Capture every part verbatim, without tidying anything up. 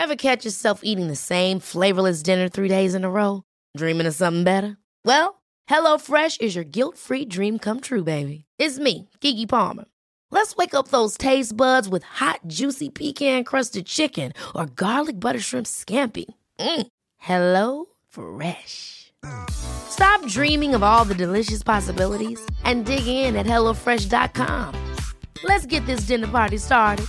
Ever catch yourself eating the same flavorless dinner three days in a row? Dreaming of something better? Well, HelloFresh is your guilt-free dream come true, baby. It's me, Keke Palmer. Let's wake up those taste buds with hot, juicy pecan-crusted chicken or garlic butter shrimp scampi. Mm. Hello Fresh. Stop dreaming of all the delicious possibilities and dig in at hello fresh dot com. Let's get this dinner party started.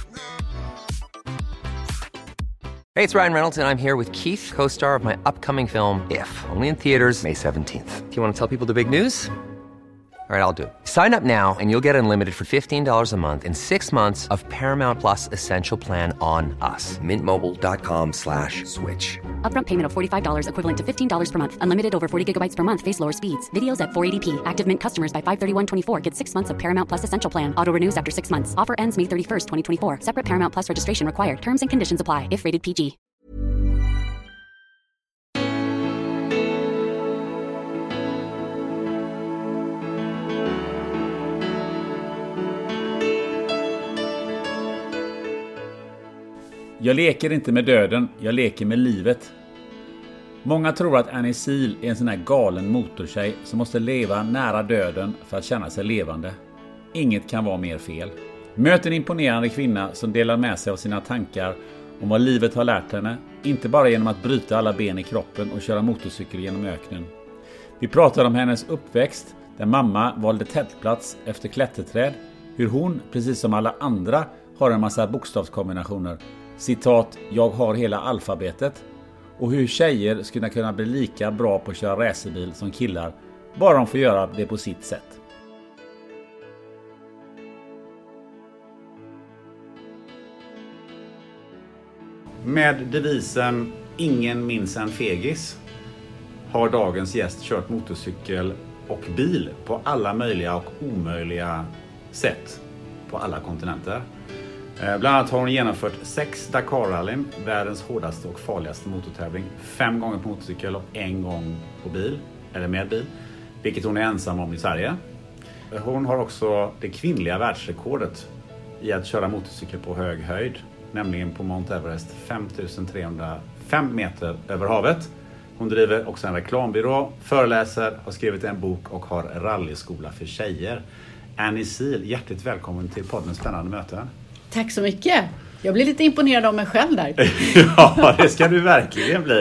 Hey, it's Ryan Reynolds, and I'm here with Keith, co-star of my upcoming film, If, only in theaters May seventeenth. Do you want to tell people the big news? All right, I'll do it. Sign up now and you'll get unlimited for fifteen dollars a month and six months of Paramount Plus Essential Plan on us. Mint Mobile dot com slash switch. Upfront payment of forty-five dollars equivalent to fifteen dollars per month. Unlimited over forty gigabytes per month. Face lower speeds. Videos at four eighty p. Active Mint customers by five thirty-one twenty-four get six months of Paramount Plus Essential Plan. Auto renews after six months. Offer ends May thirty-first, twenty twenty-four. Separate Paramount Plus registration required. Terms and conditions apply if rated P G. Jag leker inte med döden, jag leker med livet. Många tror att Annie Seal är en sån här galen motortjej som måste leva nära döden för att känna sig levande. Inget kan vara mer fel. Möt en imponerande kvinna som delar med sig av sina tankar om vad livet har lärt henne, inte bara genom att bryta alla ben i kroppen och köra motorcykel genom öknen. Vi pratar om hennes uppväxt, där mamma valde tältplats efter klätterträd, hur hon, precis som alla andra, har en massa bokstavskombinationer. Citat, jag har hela alfabetet. Och hur tjejer skulle kunna bli lika bra på att köra racerbil som killar, bara de får göra det på sitt sätt. Med devisen ingen minns en fegis har dagens gäst kört motorcykel och bil på alla möjliga och omöjliga sätt på alla kontinenter. Bland annat har hon genomfört sex Dakar-rallyn, världens hårdaste och farligaste motortävling, fem gånger på motorcykel och en gång på bil, eller med bil, vilket hon är ensam om i Sverige. Hon har också det kvinnliga världsrekordet i att köra motorcykel på hög höjd, nämligen på Mount Everest fem tusen trehundrafem meter över havet. Hon driver också en reklambyrå, föreläser, har skrivit en bok och har rallyskola för tjejer. Annie Seal, hjärtligt välkommen till podden Spännande möten. Tack så mycket. Jag blir lite imponerad av mig själv där. Ja, det ska du verkligen bli.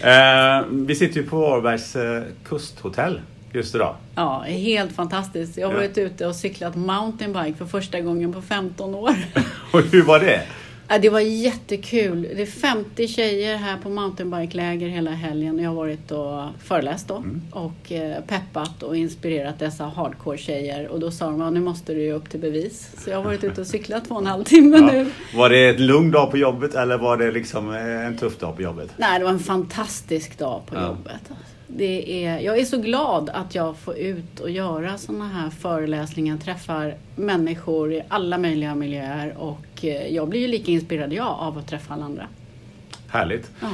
Uh, vi sitter ju på Varbergs uh, kusthotell just idag. Ja, helt fantastiskt. Jag har varit ja. ute och cyklat mountainbike för första gången på femton år. Och hur var det? Ja, det var jättekul. Det är femtio tjejer här på mountainbike-läger hela helgen. Jag har varit och föreläst då. Mm. Och eh, peppat och inspirerat dessa hardcore-tjejer. Och då sa de, ja, nu måste du ju upp till bevis. Så jag har varit ute och cyklat två och en halv timme ja. nu. Var det ett lugn dag på jobbet eller var det liksom en tuff dag på jobbet? Nej, det var en fantastisk dag på ja. jobbet. Det är, jag är så glad att jag får ut och göra såna här föreläsningar, träffar människor i alla möjliga miljöer och jag blir ju lika inspirerad jag av att träffa alla andra. Härligt. Ja.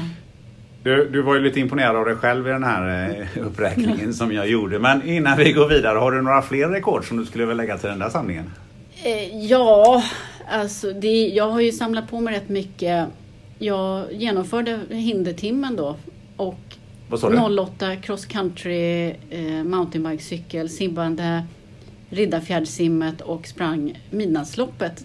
Du, du var ju lite imponerad av dig själv i den här uppräkningen som jag gjorde. Men innan vi går vidare, har du några fler rekord som du skulle vilja lägga till den där samlingen? Eh, ja, alltså det, jag har ju samlat på mig rätt mycket. Jag genomförde hindertimmen då och noll åtta cross country, eh, mountainbike-cykel, simmande Riddarfjärdssimmet och sprang midnattsloppet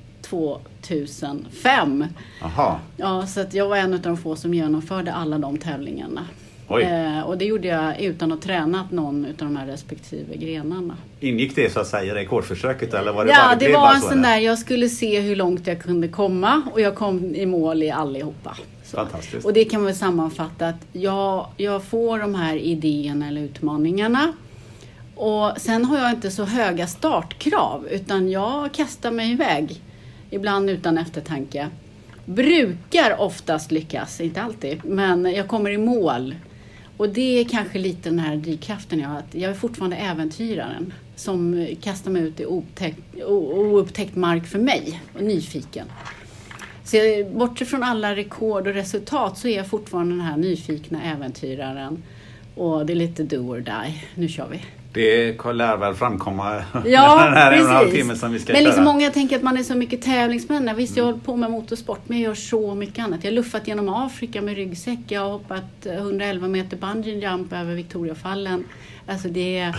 tvåtusenfem. Aha. Ja, så att jag var en av de få som genomförde alla de tävlingarna. Eh, och det gjorde jag utan att träna någon av de här respektive grenarna. Ingick det så att säga i rekordförsöket eller var det ja, bara det, det var en sån där, jag skulle se hur långt jag kunde komma och jag kom i mål i allihopa. Så. Fantastiskt. Och det kan man sammanfatta att jag, jag får de här idéerna eller utmaningarna och sen har jag inte så höga startkrav utan jag kastar mig iväg, ibland utan eftertanke. Brukar oftast lyckas, inte alltid, men jag kommer i mål. Och det är kanske lite den här drivkraften jag har, att jag är fortfarande äventyraren som kastar mig ut i oupptäckt, oupptäckt mark för mig och nyfiken. Så jag, bortsett från alla rekord och resultat så är jag fortfarande den här nyfikna äventyraren. Och det är lite do or die. Nu kör vi. Det lär väl framkomma ja, den här en och en halv precis. timme som vi ska Men köra. liksom många tänker att man är så mycket tävlingsmän. Visst, jag håller på med motorsport, men jag gör så mycket annat. Jag har luffat genom Afrika med ryggsäck. Jag har hoppat hundraelva meter bungee jump över Victoriafallen. Alltså det är...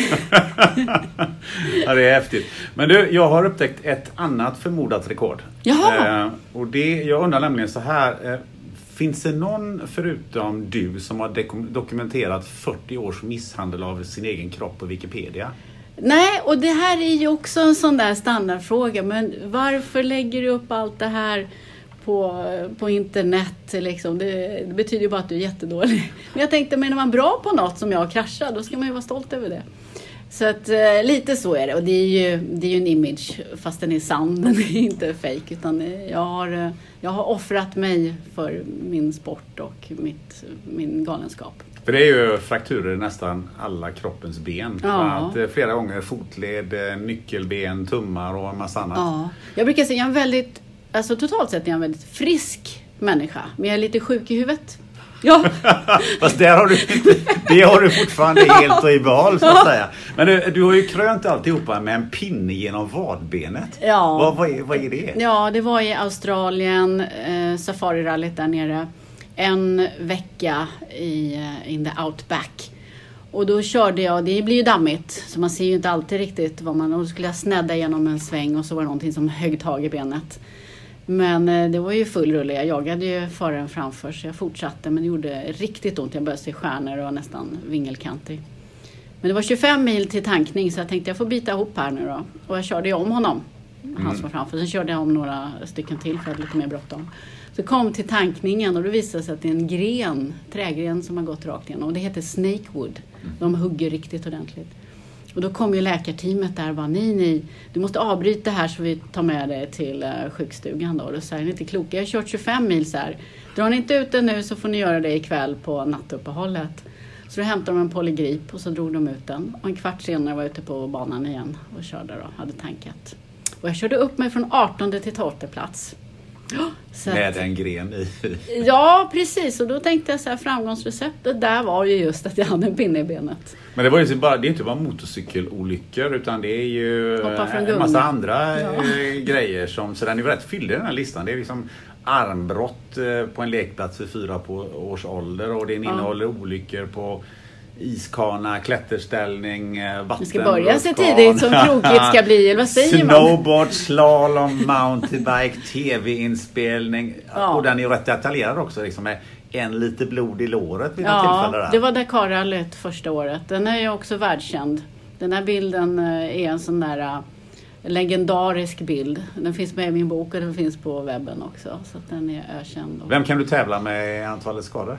Ja, det är häftigt. Men du, jag har upptäckt ett annat förmodat rekord. Jaha. Eh, och det, jag undrar nämligen så här... Eh, finns det någon förutom du som har dek- dokumenterat fyrtio års misshandel av sin egen kropp på Wikipedia? Nej, och det här är ju också en sån där standardfråga. Men varför lägger du upp allt det här på, på internet? Liksom? Det, det betyder ju bara att du är jättedålig. Men jag tänkte, men när man är bra på något som jag kraschar, då ska man ju vara stolt över det. Så att eh, lite så är det. Och det är ju, det är ju en image, fast den är sann. Den är inte fake. Utan jag har, eh, jag har offrat mig för min sport och mitt, min galenskap. För det är ju frakturer i nästan alla kroppens ben. Ja. Att, eh, flera gånger fotled, eh, nyckelben, tummar och en massa annat. Ja. Jag brukar säga, jag är en väldigt, alltså totalt sett är jag en väldigt frisk människa. Men jag är lite sjuk i huvudet. Ja. Fast där har du inte, det har du fortfarande helt och i behåll, så att säga. Men du, du har ju krönt alltihopa med en pinne genom vadbenet. Ja. Vad, vad, är, vad är det? Ja, det var i Australien, eh, safarirallyt där nere. En vecka i uh, in the outback. Och då körde jag, det blir ju dammigt. Så man ser ju inte alltid riktigt vad man... Och då skulle jag snedda igenom en sväng och så var det någonting som högg tag i benet. Men eh, det var ju full rulle. Jag jagade ju föraren framför så jag fortsatte. Men det gjorde riktigt ont. Jag började se stjärnor och var nästan vingelkantig. Men det var tjugofem mil till tankning så jag tänkte jag får bita ihop här nu då. Och jag körde ju om honom. Han som var framför. Sen körde jag om några stycken till för att lite mer bråttom. Så kom till tankningen och då visade sig att det är en gren, trägren som har gått rakt igenom. Och det heter snakewood. De hugger riktigt ordentligt. Och då kom ju läkarteamet där och bara, nej, nej, du måste avbryta här så vi tar med dig till uh, sjukstugan då. Och då säger ni inte kloka, jag har kört tjugofem mil så här. Drar ni inte ut den nu så får ni göra det ikväll på nattuppehållet. Så då hämtade de en polygrip och så drog de ut den. Och en kvart senare var jag ute på banan igen och körde då, hade tankat. Och jag körde upp mig från artonde till tolfte plats. Så Med att, en gren i. ja, precis. Och då tänkte jag så här, framgångsreceptet där var ju just att jag hade en pinne i benet. Men det var ju bara, det är inte bara motorcykelolyckor utan det är ju Hoppa från en gummi. massa andra Ja. eh, grejer som, så den är ju rätt fylld i den här listan. Det är liksom armbrott eh, på en lekplats för fyra på års ålder och det innehåller olyckor på iskana, klätterställning, vatten. Vi ska börja så tidigt som krokigt ska bli, eller vad säger man? Snowboard, slalom, mountainbike, tv-inspelning. Ja. Och den är ju rätt detaljerad också, liksom med en liter blod i låret vid något Ja, tillfälle där. det var Dakarrallyt första året. Den är ju också världskänd. Den här bilden är en sån där uh, legendarisk bild. Den finns med i min bok och den finns på webben också. Så att den är ökänd. Vem kan du tävla med i antalet skador?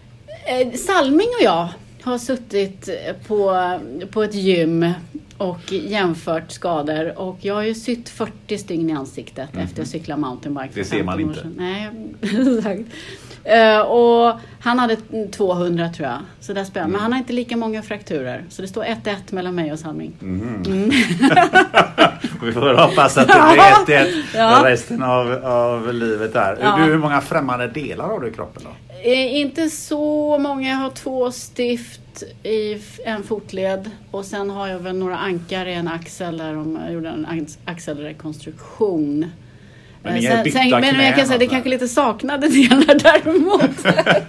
Eh, Salming och jag har suttit på, på ett gym och jämfört skador. Och jag har ju sytt fyrtio stygn i ansiktet mm-hmm. efter att cykla mountainbike. Det ser man inte. Nej, exakt. Uh, och han hade tvåhundra tror jag. Så där spelar. Mm. Men han har inte lika många frakturer. Så det står ett ett mellan mig och Salming. Mm. Mm. Vi får hoppas att det blir ett ett ja. resten av, av livet där. Ja. Du, hur många främmande delar har du i kroppen då? Eh, inte så många. Jag har två stift i en fotled. Och sen har jag väl några ankar i en axel där de gjorde en axelrekonstruktion. Men, sen, sen, men jag kan säga att det kanske lite saknade delar däremot.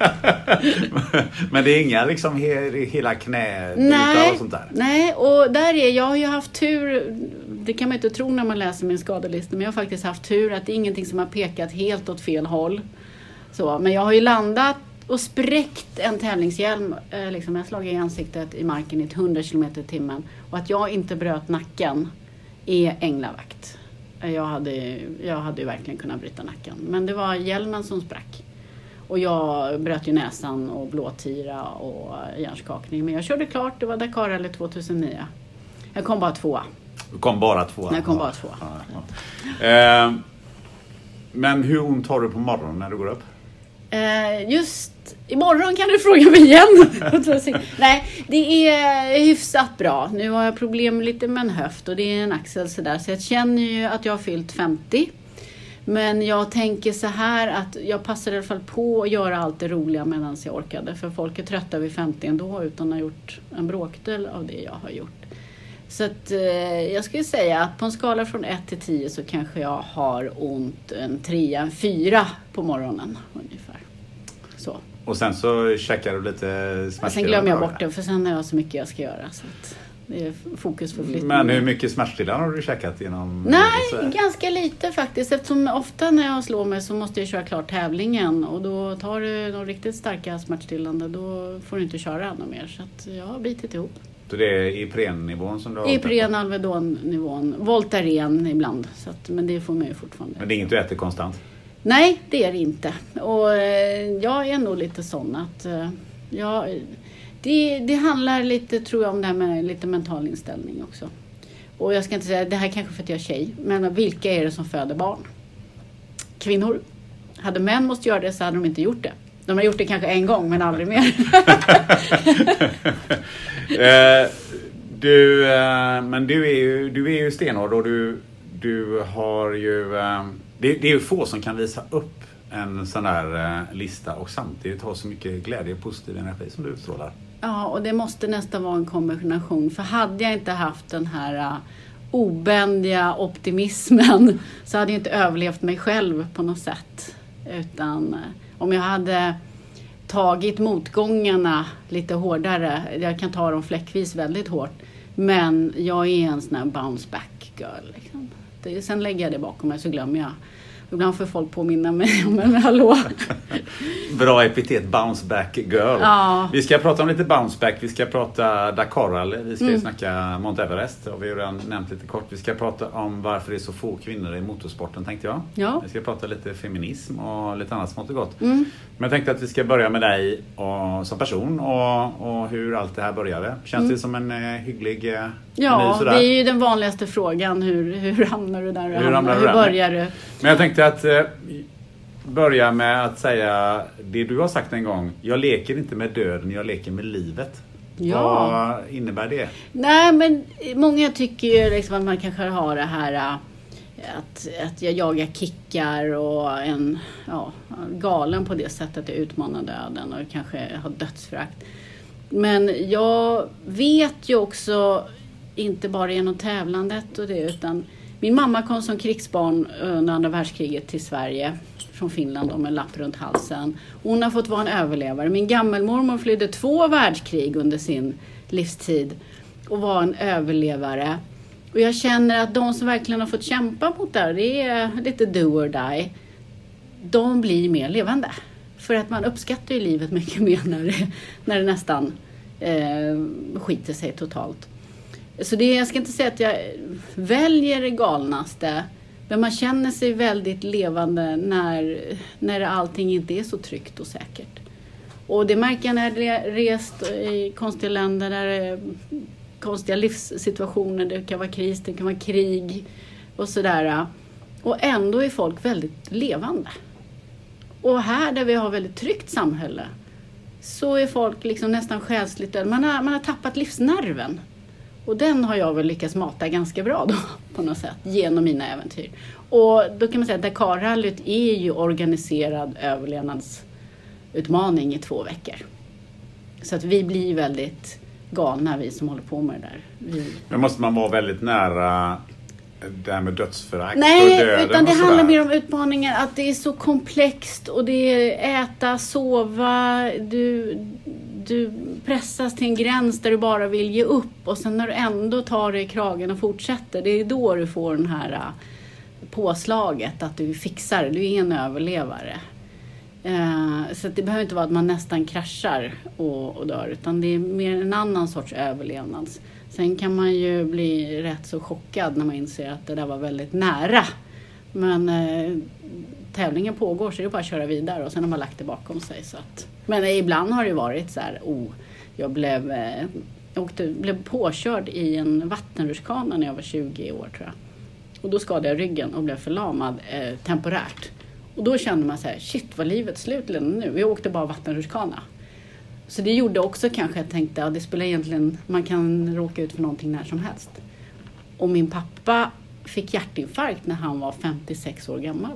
Men det är inga liksom he, hela knä nej, och sånt där? Nej, och där är jag har ju haft tur. Det kan man inte tro när man läser min skadelista. Men jag har faktiskt haft tur att det är ingenting som har pekat helt åt fel håll. Så, men jag har ju landat och spräckt en tävlingshjälm. Eh, liksom, jag slagit i ansiktet i marken i hundra kilometer i timmen. Och att jag inte bröt nacken är änglavakt. Jag hade, jag hade ju verkligen kunnat bryta nacken. Men det var hjälmen som sprack. Och jag bröt ju näsan och blåtira och hjärnskakning. Men jag körde klart, det var Dakarrallyt tjugohundranio. Jag kom bara tvåa. Du kom bara tvåa? Jag kom bara tvåa. Ja, ja. Eh, men hur ont har du på morgonen när du går upp? Eh, just imorgon kan du fråga mig igen. Nej, det är hyfsat bra. Nu har jag problem lite med en höft och det är en axel sådär. Så jag känner ju att jag har fyllt femtio. Men jag tänker så här att jag passar i alla fall på att göra allt det roliga medan jag orkade. För folk är trötta vid femtio ändå utan att ha gjort en bråkdel av det jag har gjort. Så att eh, jag skulle säga att på en skala från ett till tio så kanske jag har ont en trea, en fyra på morgonen ungefär. Så. Och sen så checkar du lite smärtstillande. Sen glömmer jag bort det för sen har jag så mycket jag ska göra. Så att det är fokus för flyttning. Men hur mycket smärtstillande har du checkat genom? Nej, ganska lite faktiskt. Eftersom ofta när jag slår mig så måste jag köra klart tävlingen. Och då tar du de riktigt starka smärtstillande. Då får du inte köra ännu mer. Så att jag har bitit ihop. Så det är Ipren-nivån som du har? Ipren, Alvedon-nivån. Voltaren ibland. Så att, men det får man ju fortfarande. Men det är inget du äter konstant? Nej, det är det inte. Och eh, jag är nog lite sån att... Eh, jag, det, det handlar lite, tror jag, om det här med lite mental inställning också. Och jag ska inte säga, det här kanske för att jag är tjej. Men vilka är det som föder barn? Kvinnor. Hade män måste göra det så hade de inte gjort det. De har gjort det kanske en gång, men aldrig mer. eh, du, eh, men du är ju, du är ju stenhård och du, du har ju... Eh, det, det är ju få som kan visa upp en sån här eh, lista och samtidigt ha så mycket glädje och positiv energi som du utstrålar. Ja, och det måste nästan vara en kombination. För hade jag inte haft den här uh, obändiga optimismen så hade jag inte överlevt mig själv på något sätt. Utan uh, om jag hade tagit motgångarna lite hårdare, jag kan ta dem fläckvis väldigt hårt, men jag är en sån här bounce back girl. Liksom. Det, sen lägger jag det bakom mig så glömmer jag. Ibland får folk påminna mig om en hallå. Bra epitet, bounce back girl. Ja. Vi ska prata om lite bounce back. Vi ska prata Dakar, vi ska Mm. ju snacka Mount Everest. Och vi har redan nämnt lite kort. Vi ska prata om varför det är så få kvinnor i motorsporten, tänkte jag. Ja. Vi ska prata lite feminism och lite annat smått och gott. Mm. Men jag tänkte att vi ska börja med dig och, som person och, och hur allt det här började. Känns Mm. det som en eh, hygglig eh, Ja, meny sådär? det är ju den vanligaste frågan. Hur, hur hamnar du där? Hur hamnar du hur där? börjar du? Men jag tänkte att eh, börja med att säga det du har sagt en gång. Jag leker inte med döden, jag leker med livet. Ja. Vad innebär det? Nej, men många tycker ju liksom att man kanske har det här äh, att, att jag jagar kickar och en ja, galen på det sättet att jag utmanar döden och kanske har dödsförakt. Men jag vet ju också, inte bara genom tävlandet och det, utan min mamma kom som krigsbarn under andra världskriget till Sverige från Finland och med en lapp runt halsen. Hon har fått vara en överlevare. Min gammelmormor flydde två världskrig under sin livstid och var en överlevare. Och jag känner att de som verkligen har fått kämpa mot det här, det är lite do or die. De blir mer levande. För att man uppskattar ju livet mycket mer när det, när det nästan eh, skiter sig totalt. Så det, jag ska inte säga att jag väljer det galnaste. Men man känner sig väldigt levande när, när allting inte är så tryggt och säkert. Och det märker jag när jag har rest i konstiga länder där det är konstiga livssituationer. Det kan vara kris, det kan vara krig och sådär. Och ändå är folk väldigt levande. Och här där vi har väldigt tryggt samhälle så är folk liksom nästan själsligt döda. Man har, man har tappat livsnerven. Och den har jag väl lyckats mata ganska bra då på något sätt genom mina äventyr. Och då kan man säga att Dakarrallyt är ju organiserad överlevnadsutmaning i två veckor. Så att vi blir väldigt galna, vi som håller på med det där. Vi... Men måste man vara väldigt nära det här med dödsförakt Nej, och döden utan det och handlar sådär? mer om utmaningar. Att det är så komplext och det är äta, sova, du, du pressas till en gräns där du bara vill ge upp. Och sen när du ändå tar dig i kragen och fortsätter, det är då du får den här uh, påslaget att du fixar, du är en överlevare. Uh, så att det behöver inte vara att man nästan kraschar och, och dör, utan det är mer en annan sorts överlevnads. Sen kan man ju bli rätt så chockad när man inser att det där var väldigt nära. Men eh, tävlingen pågår så det är bara att köra vidare och sen har man lagt det bakom sig. Så att. Men eh, ibland har det varit så här, oh, jag blev, eh, jag åkte, blev påkörd i en vattenrutschkana när jag var tjugo år tror jag. Och då skadade jag ryggen och blev förlamad eh, temporärt. Och då kände man så här, shit, var livet slut nu? Vi åkte bara vattenrutschkana. Så det gjorde också kanske, jag tänkte att det spelar egentligen, man kan råka ut för någonting när som helst. Och min pappa fick hjärtinfarkt när han var femtiosex år gammal.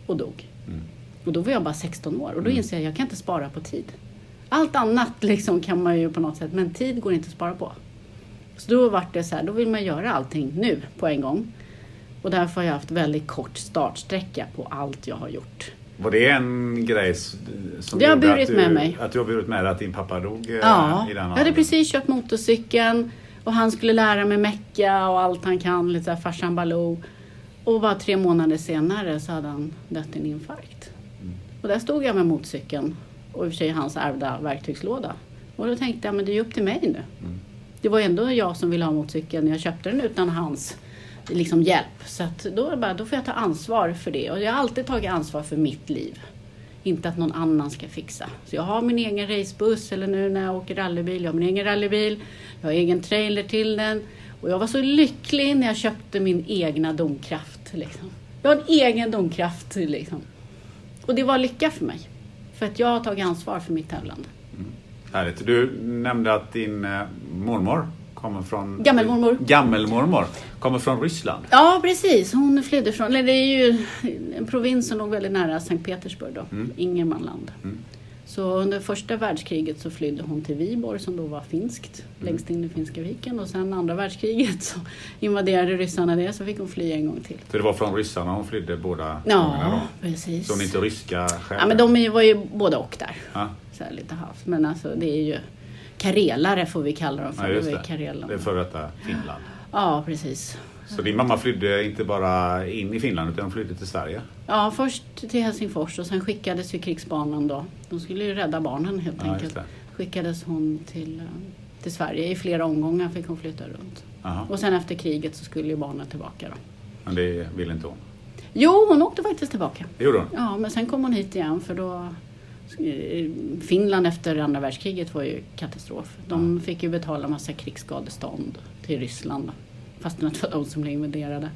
och dog. Mm. Och då var jag bara sexton år och då inser jag att jag kan inte spara på tid. Allt annat liksom kan man ju på något sätt, men tid går inte att spara på. Så då var det så här, då vill man göra allting nu på en gång. Och därför har jag haft väldigt kort startsträcka på allt jag har gjort. Var det en grej som det har gjorde burit att, du, med mig. att du har burit med dig att din pappa dog ja, i den jag hade precis köpt motorcykeln och han skulle lära mig mecka och allt han kan, lite så här farsan Baloo. Och bara tre månader senare så hade han dött i en infarkt. Mm. Och där stod jag med motorcykeln och i och för sig hans ärvda verktygslåda. Och då tänkte jag, men det är ju upp till mig nu. Mm. Det var ändå jag som ville ha motorcykeln när jag köpte den utan hans liksom hjälp. Så att då, bara, då får jag ta ansvar för det. Och jag har alltid tagit ansvar för mitt liv. Inte att någon annan ska fixa. Så jag har min egen racebuss, eller nu när jag åker rallybil, jag har min egen rallybil. Jag har egen trailer till den. Och jag var så lycklig när jag köpte min egna domkraft. Liksom. Jag har en egen domkraft. Liksom. Och det var lycka för mig. För att jag har tagit ansvar för mitt tävlande. Mm. Härligt. Du nämnde att din eh, mormor kommer från... Gammelmormor. Gammelmormor. Kommer från Ryssland. Ja, precis. Hon flydde från... Eller det är ju en provins som låg väldigt nära Sankt Petersburg då. Mm. Ingermanland. Mm. Så under första världskriget så flydde hon till Viborg som då var finskt. Mm. Längst in i Finska viken. Och sen andra världskriget så invaderade ryssarna det. Så fick hon fly en gång till. Så det var från ryssarna hon flydde båda ja, gångerna då? Precis. Så hon är inte ryska själv? Ja, men de var ju både och där. Ja. Så här lite halvt. Men alltså det är ju... Karelare får vi kalla dem för. Ja, just det. Det, det är för detta Finland. Ja, precis. Så din mamma flydde inte bara in i Finland utan hon flydde till Sverige? Ja, först till Helsingfors och sen skickades ju krigsbarnen då. De skulle ju rädda barnen helt ja, enkelt. Skickades hon till, till Sverige. I flera omgångar fick hon flytta runt. Aha. Och sen efter kriget så skulle ju barnen tillbaka då. Men det ville inte hon? Jo, hon åkte faktiskt tillbaka. Det gjorde hon? Ja, men sen kom hon hit igen för då... Finland efter andra världskriget var ju katastrof. De ja. fick ju betala massa krigsskadestånd till Ryssland. Fast det var de som blev invaderade.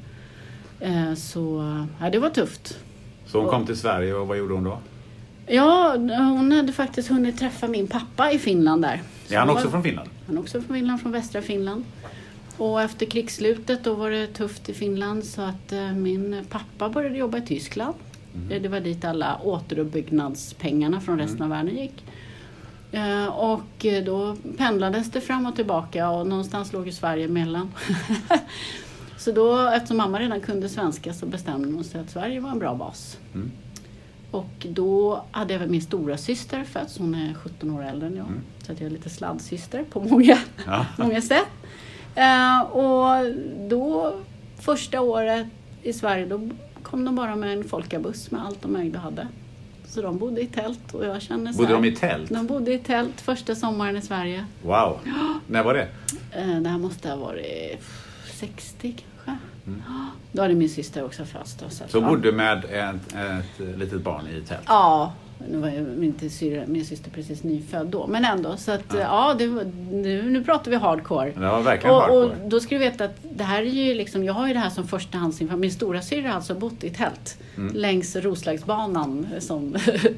Så ja, det var tufft. Så hon kom till Sverige och vad gjorde hon då? Ja, hon hade faktiskt hunnit träffa min pappa i Finland där. Så är han också var, från Finland? Han är också från Finland, från västra Finland. Och efter krigsslutet då var det tufft i Finland så att min pappa började jobba i Tyskland. Mm. Det var dit alla återuppbyggnadspengarna från resten mm. av världen gick. Och då pendlades det fram och tillbaka och någonstans låg ju Sverige emellan. Så då, eftersom mamma redan kunde svenska så bestämde hon sig att Sverige var en bra bas. Mm. Och då hade jag min stora syster fötts, hon är sjutton år äldre än jag. Mm. Så att jag är lite sladdsyster på många, ja. många sätt. Och då, första året i Sverige, då kom de bara med en folkabuss med allt de ägde och hade. Så de bodde i tält och jag kände så Bodde här, de i tält? De bodde i tält första sommaren i Sverige. Wow. När var det? Det här måste ha varit sextio kanske. Mm. Då hade min syster också fötts. Då, så så ja. bodde med ett, ett litet barn i tält? Ja, nu var ju min, syster, min syster precis nyfödd då. Men ändå, så att ja, ja det var, nu, nu pratar vi hardcore. Det var verkligen och, hardcore. Och då ska du veta att det här är ju liksom, jag har ju det här som förstahandsinfall. Min stora syster har alltså bott i tält mm. längs Roslagsbanan som,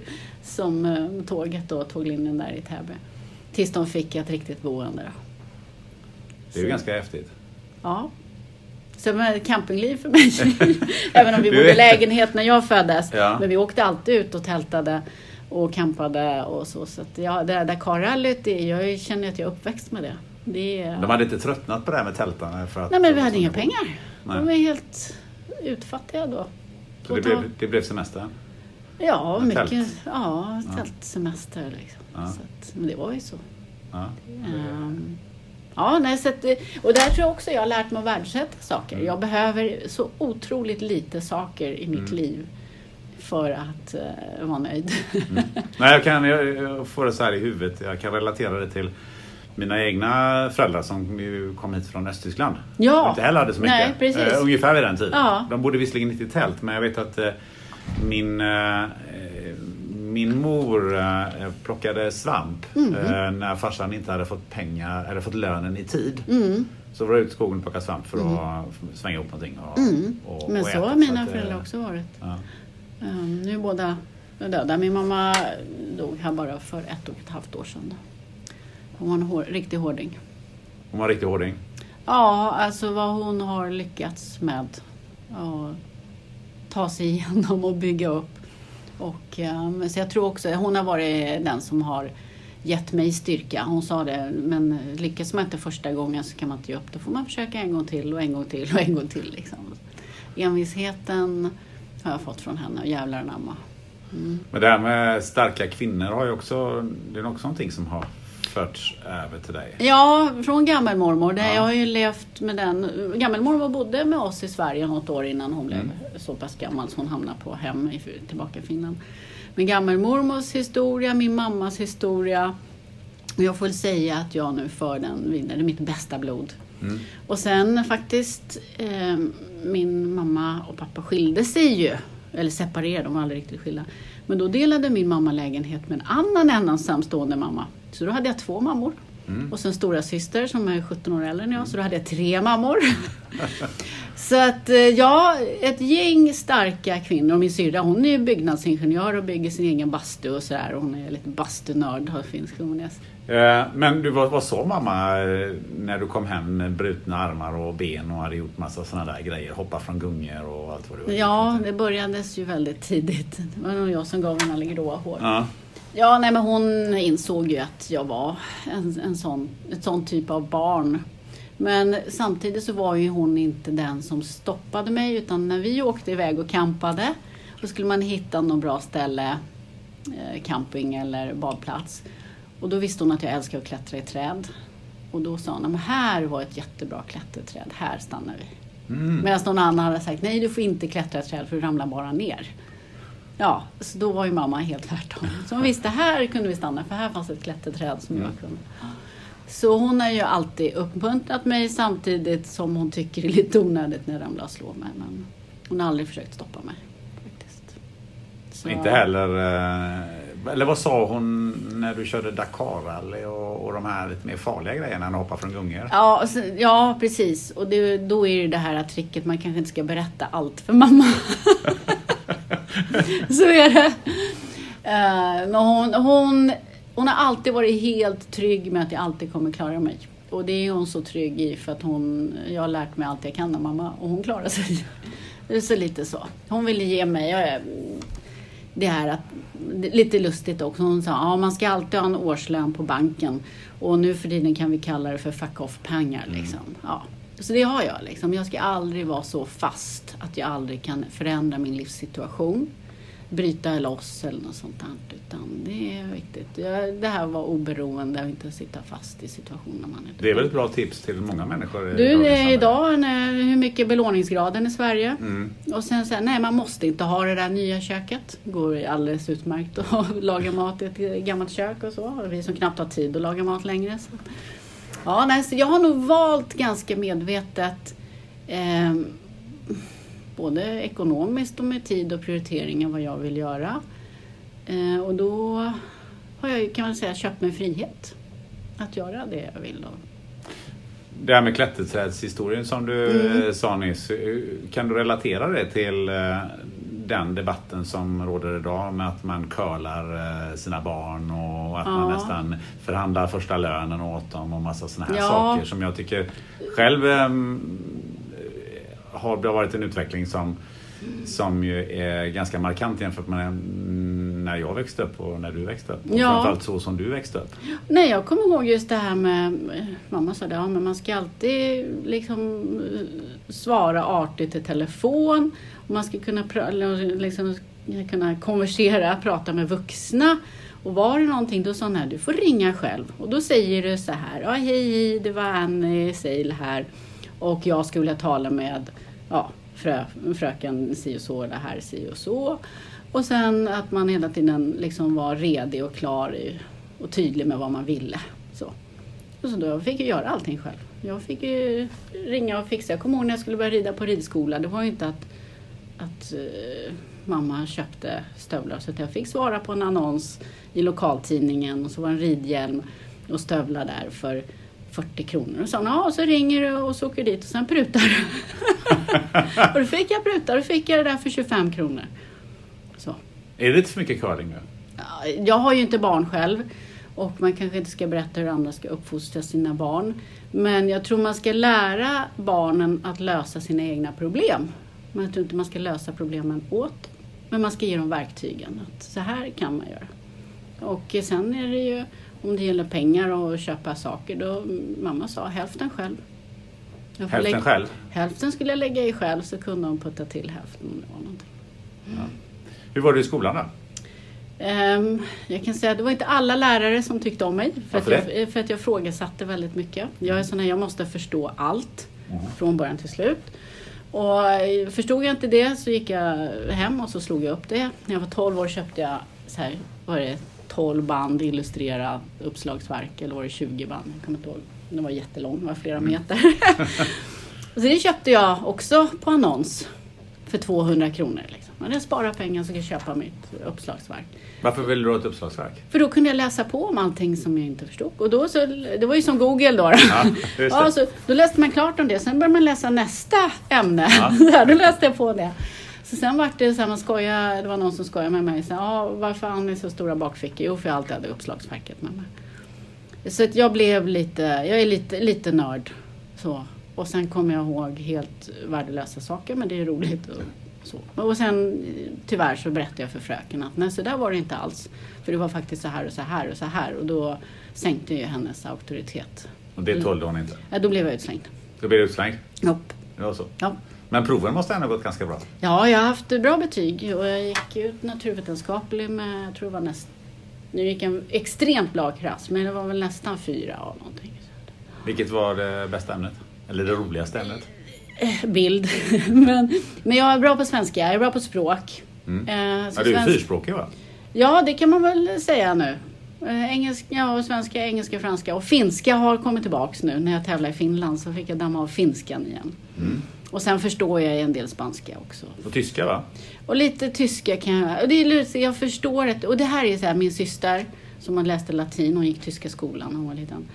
som tåget då, tåglinjen där i Täby. Tills de fick ett riktigt boende då. Det är ju så. Ganska häftigt. Ja. Så det var campingliv för mig. Även om vi bodde i lägenhet när jag föddes. Ja. Men vi åkte alltid ut och tältade och campade och så. Så att ja, det där karrallyt, jag känner att jag är uppväxt med det. det. De hade inte tröttnat på det här med tältarna? För att nej, men vi hade inga pengar. Nej. De var helt utfattiga då. Så det blev, det blev semester? Ja, mycket. Tält. Ja, tältsemester liksom. Ja. Så att, men det var ju så. Ja. Um, Ja, nej, så att, och där tror jag också jag har lärt mig att värdesätta saker. Mm. Jag behöver så otroligt lite saker i mitt mm. liv för att uh, vara nöjd. Mm. Nej, jag kan jag, jag får det så här i huvudet. Jag kan relatera det till mina egna föräldrar som ju kom hit från Östtyskland. Ja. Och inte heller hade så mycket. Nej, precis. Uh, ungefär vid den tiden. Ja. De bodde visserligen inte i tält, men jag vet att uh, min... Uh, Min mor eh, plockade svamp mm. eh, när farsan inte hade fått pengar eller fått lönen i tid. Mm. Så var jag ute i skogen och plockade svamp för mm. att svänga ihop någonting. Och, mm. och, Men och så har mina föräldrar också varit. Ja. Um, nu är båda döda. Min mamma dog här bara för ett och ett halvt år sedan. Hon var en hår, riktig hårding. Hon var en riktig hårding? Ja, alltså vad hon har lyckats med. Och ta sig igenom och bygga upp. Och, um, så jag tror också, hon har varit den som har gett mig styrka. Hon sa det, men lyckas man inte första gången så kan man inte ge upp. Då får man försöka en gång till och en gång till och en gång till. Liksom. Envisheten har jag fått från henne och jävlar anamma. Mm. Men det här med starka kvinnor har ju också, det är också någonting som har förts över till dig. Ja, från gammelmormor. Det, Ja. Jag har ju levt med den. Gammelmormor bodde med oss i Sverige något år innan hon blev Mm. så pass gammal så hon hamnade på hem i, tillbaka i Finland. Men gammelmormors historia, min mammas historia. Och jag får väl säga att jag nu för den vidare. Det är mitt bästa blod. Mm. Och sen faktiskt, eh, min mamma och pappa skilde sig ju. Eller separerade, de var aldrig riktigt skilda. Men då delade min mamma lägenhet med en annan ensamstående mamma. Så då hade jag två mammor. Mm. Och sen stora syster som är sjutton år äldre än jag. Så då hade jag tre mammor. Så att ja, ett gäng starka kvinnor. Och min syrra, hon är byggnadsingenjör och bygger sin egen bastu och sådär. Hon är lite bastunörd, har finsk kommunes. Men du, vad, vad sa mamma när du kom hem med brutna armar och ben och hade gjort massa sådana där grejer? Hoppa från gungor och allt vad det var. Ja, det börjades ju väldigt tidigt. Det var nog jag som gav henne gråa hår. Ja. Ja, nej, men hon insåg ju att jag var en, en sån, ett sån typ av barn. Men samtidigt så var ju hon inte den som stoppade mig. Utan när vi åkte iväg och campade, då skulle man hitta någon bra ställe, eh, camping eller badplats. Och då visste hon att jag älskar att klättra i träd. Och då sa hon, men här var ett jättebra klätterträd, här stannar vi. Mm. Medan någon annan hade sagt, nej du får inte klättra i träd för du ramlar bara ner. Ja, så då var ju mamma helt tvärtom. Så hon visste, här kunde vi stanna för här fanns ett klätterträd som mm. jag kunde. Så hon har ju alltid uppmuntrat mig samtidigt som hon tycker det är lite onödigt när jag ramlar och slår mig. Men hon har aldrig försökt stoppa mig. Faktiskt. Så. Inte heller, eller vad sa hon när du körde Dakar och, och de här lite mer farliga grejerna när du hoppar från gungor? Ja, så, ja precis. Och det, då är det det här tricket, man kanske inte ska berätta allt för mamma. Så är det. Uh, men hon, hon, hon har alltid varit helt trygg med att jag alltid kommer klara mig. Och det är hon så trygg i för att hon, jag har lärt mig allt jag kan av mamma. Och hon klarar sig. Det är så lite så. Hon ville ge mig jag, det här att, lite lustigt också. Hon sa, ja man ska alltid ha en årslön på banken. Och nu för tiden kan vi kalla det för fuck off-pengar liksom. Mm. Ja. Så det har jag liksom. Jag ska aldrig vara så fast att jag aldrig kan förändra min livssituation. Bryta loss eller något sånt där. Utan det är viktigt. Jag, det här var oberoende av inte sitta fast i situationen man är. Det är väl ett bra tips till många människor. Du, idag, idag när, hur mycket belåningsgraden i Sverige. Mm. Och sen säger nej man måste inte ha det där nya köket. Det går alldeles utmärkt att laga mat i ett gammalt kök och så. Vi som knappt har tid att laga mat längre. Så. Ja, nej, så jag har nog valt ganska medvetet eh, både ekonomiskt och med tid och prioriteringar vad jag vill göra. Eh, och då har jag kan man säga köpt mig frihet att göra det jag vill då. Det här med klätterträdshistorien som du mm. sa nyss, kan du relatera det till den debatten som råder idag med att man curlar sina barn och att ja. man nästan förhandlar första lönen åt dem och massa såna här ja. saker som jag tycker själv ähm, har det varit en utveckling som som ju är ganska markant jämfört med när jag växte upp och när du växte upp. Och ja. framförallt så som du växte upp. Nej, jag kommer ihåg just det här med, mamma sa det, ja, men man ska alltid liksom svara artigt i telefon. Och man ska kunna, liksom, kunna konversera, prata med vuxna. Och var det någonting, då sa nej, du får ringa själv. Och då säger du så här, ja hej, hej det var Annie Seil här. Och jag skulle vilja tala med, ja, frö, fröken si och så, det här si och så. Och sen att man hela tiden liksom var redig och klar och tydlig med vad man ville. Så. Och så då fick jag göra allting själv. Jag fick ju ringa och fixa. Jag kommer ihåg när jag skulle börja rida på ridskola. Det var ju inte att, att uh, mamma köpte stövlar. Så att jag fick svara på en annons i lokaltidningen. Och så var en ridhjälm och stövlar där för fyrtio kronor. Och så, ja, och så ringer du och så åker dit och sen prutar du. Och då fick jag pruta. Då fick jag det där för tjugofem kronor. Så. Är det inte för mycket curling nu? Jag har ju inte barn själv. Och man kanske inte ska berätta hur andra ska uppfostra sina barn. Men jag tror man ska lära barnen att lösa sina egna problem. Men jag tror inte man ska lösa problemen åt. Men man ska ge dem verktygen. Att så här kan man göra. Och sen är det ju, om det gäller pengar och köpa saker, då mamma sa hälften själv. Hälften lägga, själv? Hälften skulle jag lägga i själv, så kunde hon putta till hälften om det var någonting. Ja. Hur var det i skolan då? Um, jag kan säga att det var inte alla lärare som tyckte om mig. För, att det? jag, för att jag frågasatte väldigt mycket. Jag är sån här, jag måste förstå allt. Mm. Från början till slut. Och förstod jag inte det så gick jag hem och så slog jag upp det. När jag var tolv år köpte jag så här, var det tolv band illustrerat uppslagsverk. Eller var det tjugo band? Jag kommer inte ihåg. Det var jättelångt, det var flera meter. Så det köpte jag också på annons. För tvåhundra kronor liksom. När jag sparar pengar så kan jag köpa mitt uppslagsverk. Varför ville du ha ett uppslagsverk? För då kunde jag läsa på om allting som jag inte förstod. Och då så, det var ju som Google då. Ja, ja, så, då läste man klart om det. Sen började man läsa nästa ämne. Ja. Då läste jag på det. Så sen var det så här, man skoja, det var någon som skojade med mig. Så, ja, varför har ni så stora bakfickor? Jo, för jag alltid hade uppslagsverket med mig. Så att jag blev lite, jag är lite, lite nörd. Så. Och sen kommer jag ihåg helt värdelösa saker, men det är roligt. Och, så. Och sen tyvärr så berättade jag för fröken att nej, så där var det inte alls. För det var faktiskt så här och så här och så här. Och då sänkte ju hennes auktoritet. Och det tålde hon inte? Ja, då blev jag utslängd. Då blev du utslängd? Ja. Det var så? Ja. Men proven måste ändå gått ganska bra? Ja, jag har haft bra betyg. Och jag gick ut naturvetenskaplig med, jag tror det var näst... Nu gick en extremt bra klass, men det var väl nästan fyra av någonting. Vilket var det bästa ämnet? Eller det roligaste ämnet? Bild. men, men jag är bra på svenska, jag är bra på språk. Mm. Eh, ja, du är fyrspråkig va? Ja, det kan man väl säga nu. Eh, engelska, och svenska, engelska, franska och finska har kommit tillbaks nu. När jag tävlar i Finland så fick jag damma av finskan igen. Mm. Och sen förstår jag en del spanska också. Och tyska va? Och lite tyska kan jag. Och det är lustigt, jag förstår det. Och det här är så här, min syster som har läste latin och gick tyska skolan när hon var liten.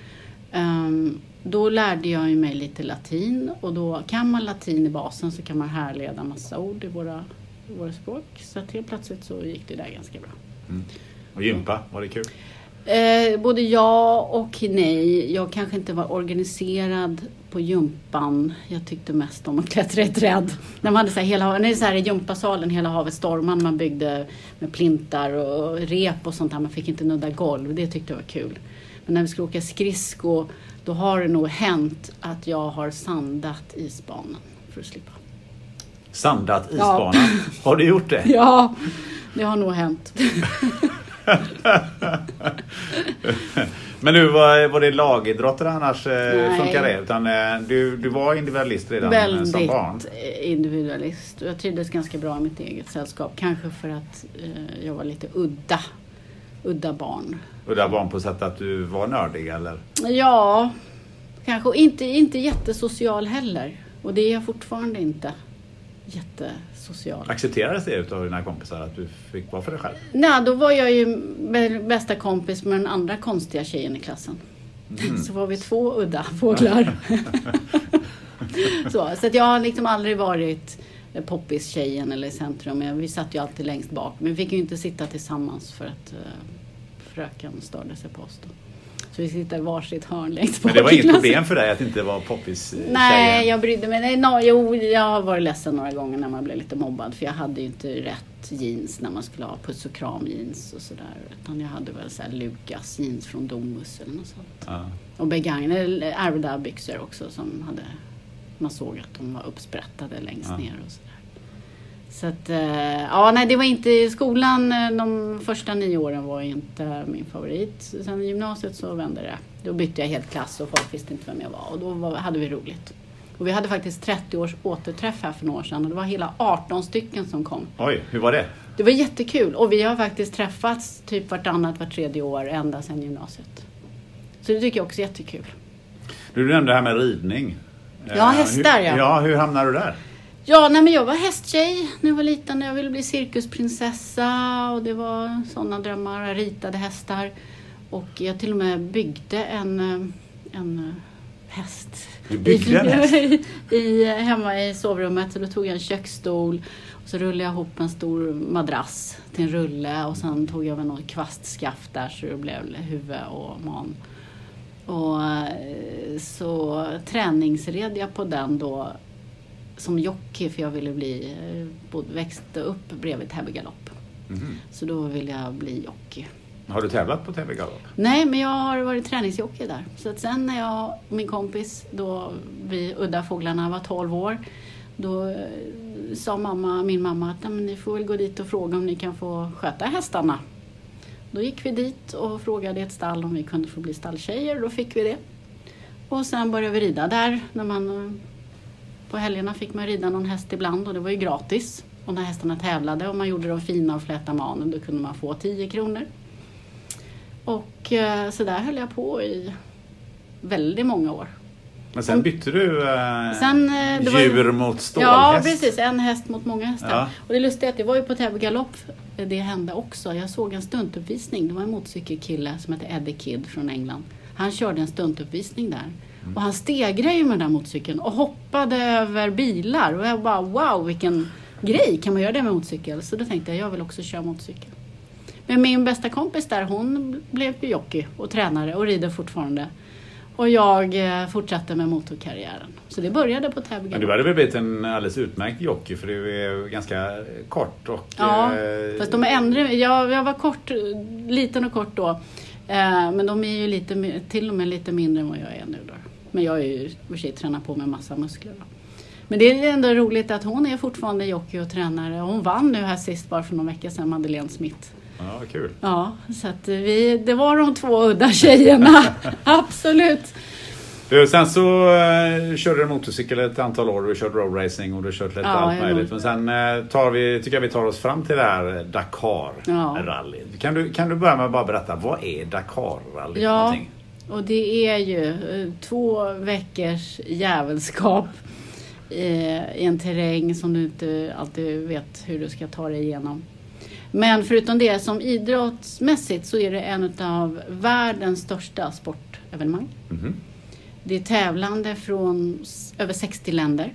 Um, då lärde jag ju mig lite latin. Och då kan man latin i basen så kan man härleda massa ord i våra, i våra språk. Så att helt plötsligt så gick det där ganska bra. Mm. Och gympa, var det kul? Eh, både ja och nej. Jag kanske inte var organiserad på gympan. Jag tyckte mest om att klättra i träd. När man hade så här, hela, när det är så här i gympasalen, hela havet storman. Man byggde med plintar och rep och sånt här. Man fick inte nudda golv. Det tyckte jag var kul. Men när vi skulle åka skridsko, då har det nog hänt att jag har sandat isbanan för att slippa. Sandat isbanan? Ja. Har du gjort det? Ja, det har nog hänt. Men nu var, var det lagidrotter annars Nej. Funkar det? Utan du, du var individualist redan Väldigt som barn? Väldigt individualist. Jag trivdes ganska bra i mitt eget sällskap. Kanske för att eh, jag var lite udda. Udda barn. Udda barn på sätt att du var nördig eller? Ja, kanske. Inte, inte jättesocial heller. Och det är jag fortfarande inte. Jättesocial. Accepterades det utav dina kompisar att du fick vara för dig själv? Nej, då var jag ju bästa kompis med den andra konstiga tjejen i klassen. Mm. Så var vi två udda fåglar. så, så att jag har liksom aldrig varit poppis-tjejen eller i centrum. Vi satt ju alltid längst bak. Men vi fick ju inte sitta tillsammans för att uh, fröken störde sig på oss då. Så vi sitter i varsitt hörn längst bak. Men det var inget problem för dig att inte vara poppis-tjejen? Nej, jag brydde mig. Nej, no, jo, jag har varit ledsen några gånger när man blev lite mobbad. För jag hade ju inte rätt jeans när man skulle ha puss och kram jeans och sådär. Utan jag hade väl så här Lucas jeans från Domus eller något sånt. Ja. Och begagnade ärvda byxor också som hade... Man såg att de var uppsprättade längst ja. ner och sådär. Så att, ja nej det var inte, skolan de första nio åren var inte min favorit. Sen i gymnasiet så vände det. Då bytte jag helt klass och folk visste inte vem jag var. Och då var, hade vi roligt. Och vi hade faktiskt trettio års återträff här för några år sedan. Och det var hela arton stycken som kom. Oj, hur var det? Det var jättekul. Och vi har faktiskt träffats typ vartannat, var tredje år ända sedan gymnasiet. Så det tycker jag också är jättekul. Du nämnde det här med ridning. Ja, hästar ja. Ja, hur hamnade du där? Ja, nej, men jag var hästtjej när jag var liten. Jag ville bli cirkusprinsessa och det var sådana drömmar. Jag ritade hästar och jag till och med byggde en, en häst. Du byggde en häst? I, i, hemma i sovrummet. Så då tog jag en köksstol och så rullade jag ihop en stor madrass till en rulle och sen tog jag väl något kvastskaft där så det blev huvud och man. Och så träningsred jag på den då som jockey för jag ville bli, både växte upp bredvid Täby galopp. Mm. Så då ville jag bli jockey. Har du tävlat på Täby galopp? Nej, men jag har varit träningsjockey där. Så att sen när jag och min kompis, då vi Udda Fåglarna var tolv år, då sa mamma, min mamma att ni får väl gå dit och fråga om ni kan få sköta hästarna. Då gick vi dit och frågade ett stall om vi kunde få bli stalltjejer. Då fick vi det. Och sen började vi rida där. När man, på helgerna fick man rida någon häst ibland och det var ju gratis. Och när hästarna tävlade och man gjorde dem fina och fläta manen, då kunde man få tio kronor. Och eh, så där höll jag på i väldigt många år. Men sen bytte du eh, sen, eh, det djur var, mot stålhäst. Ja, precis. En häst mot många hästar. Ja. Och det lustiga är att det var ju på Täby galopp det hände också. Jag såg en stuntuppvisning. Det var en motorcykelkille som hette Eddie Kidd från England. Han körde en stuntuppvisning där. Mm. Och han stegrade ju med den där motorcykeln och hoppade över bilar. Och jag bara, wow, vilken grej. Kan man göra det med motorcykel? Så då tänkte jag, jag vill också köra motorcykel. Men min bästa kompis där, hon blev ju jockey och tränare och rider fortfarande. Och jag fortsatte med motorkarriären. Så det började på Täby galopp. Men du hade väl blivit en alldeles utmärkt jockey för du är ganska kort. Och, ja, eh... fast de är äldre. Jag, jag var kort, liten och kort då. Eh, men de är ju lite, till och med lite mindre än vad jag är nu då. Men jag är ju för sig tränar på med massa muskler då. Men det är ändå roligt att hon är fortfarande jockey och tränare. Hon vann nu här sist bara för några veckor sedan, Madeleine Smith. Ja, kul. Ja, så att vi, det var de två udda tjejerna. Absolut. Du, sen så uh, körde du motorcykel ett antal år. Du körde roadracing och du körde lite ja, allt möjligt. Men sen uh, tar vi, tycker jag vi tar oss fram till det här Dakar-rally. Ja. Kan, du, kan du börja med att bara berätta, vad är Dakar-rally? Ja, någonting? Och det är ju uh, två veckors jävelskap uh, i en terräng som du inte alltid vet hur du ska ta dig igenom. Men förutom det, som idrottsmässigt så är det en av världens största sportevenemang. Mm-hmm. Det är tävlande från över sextio länder.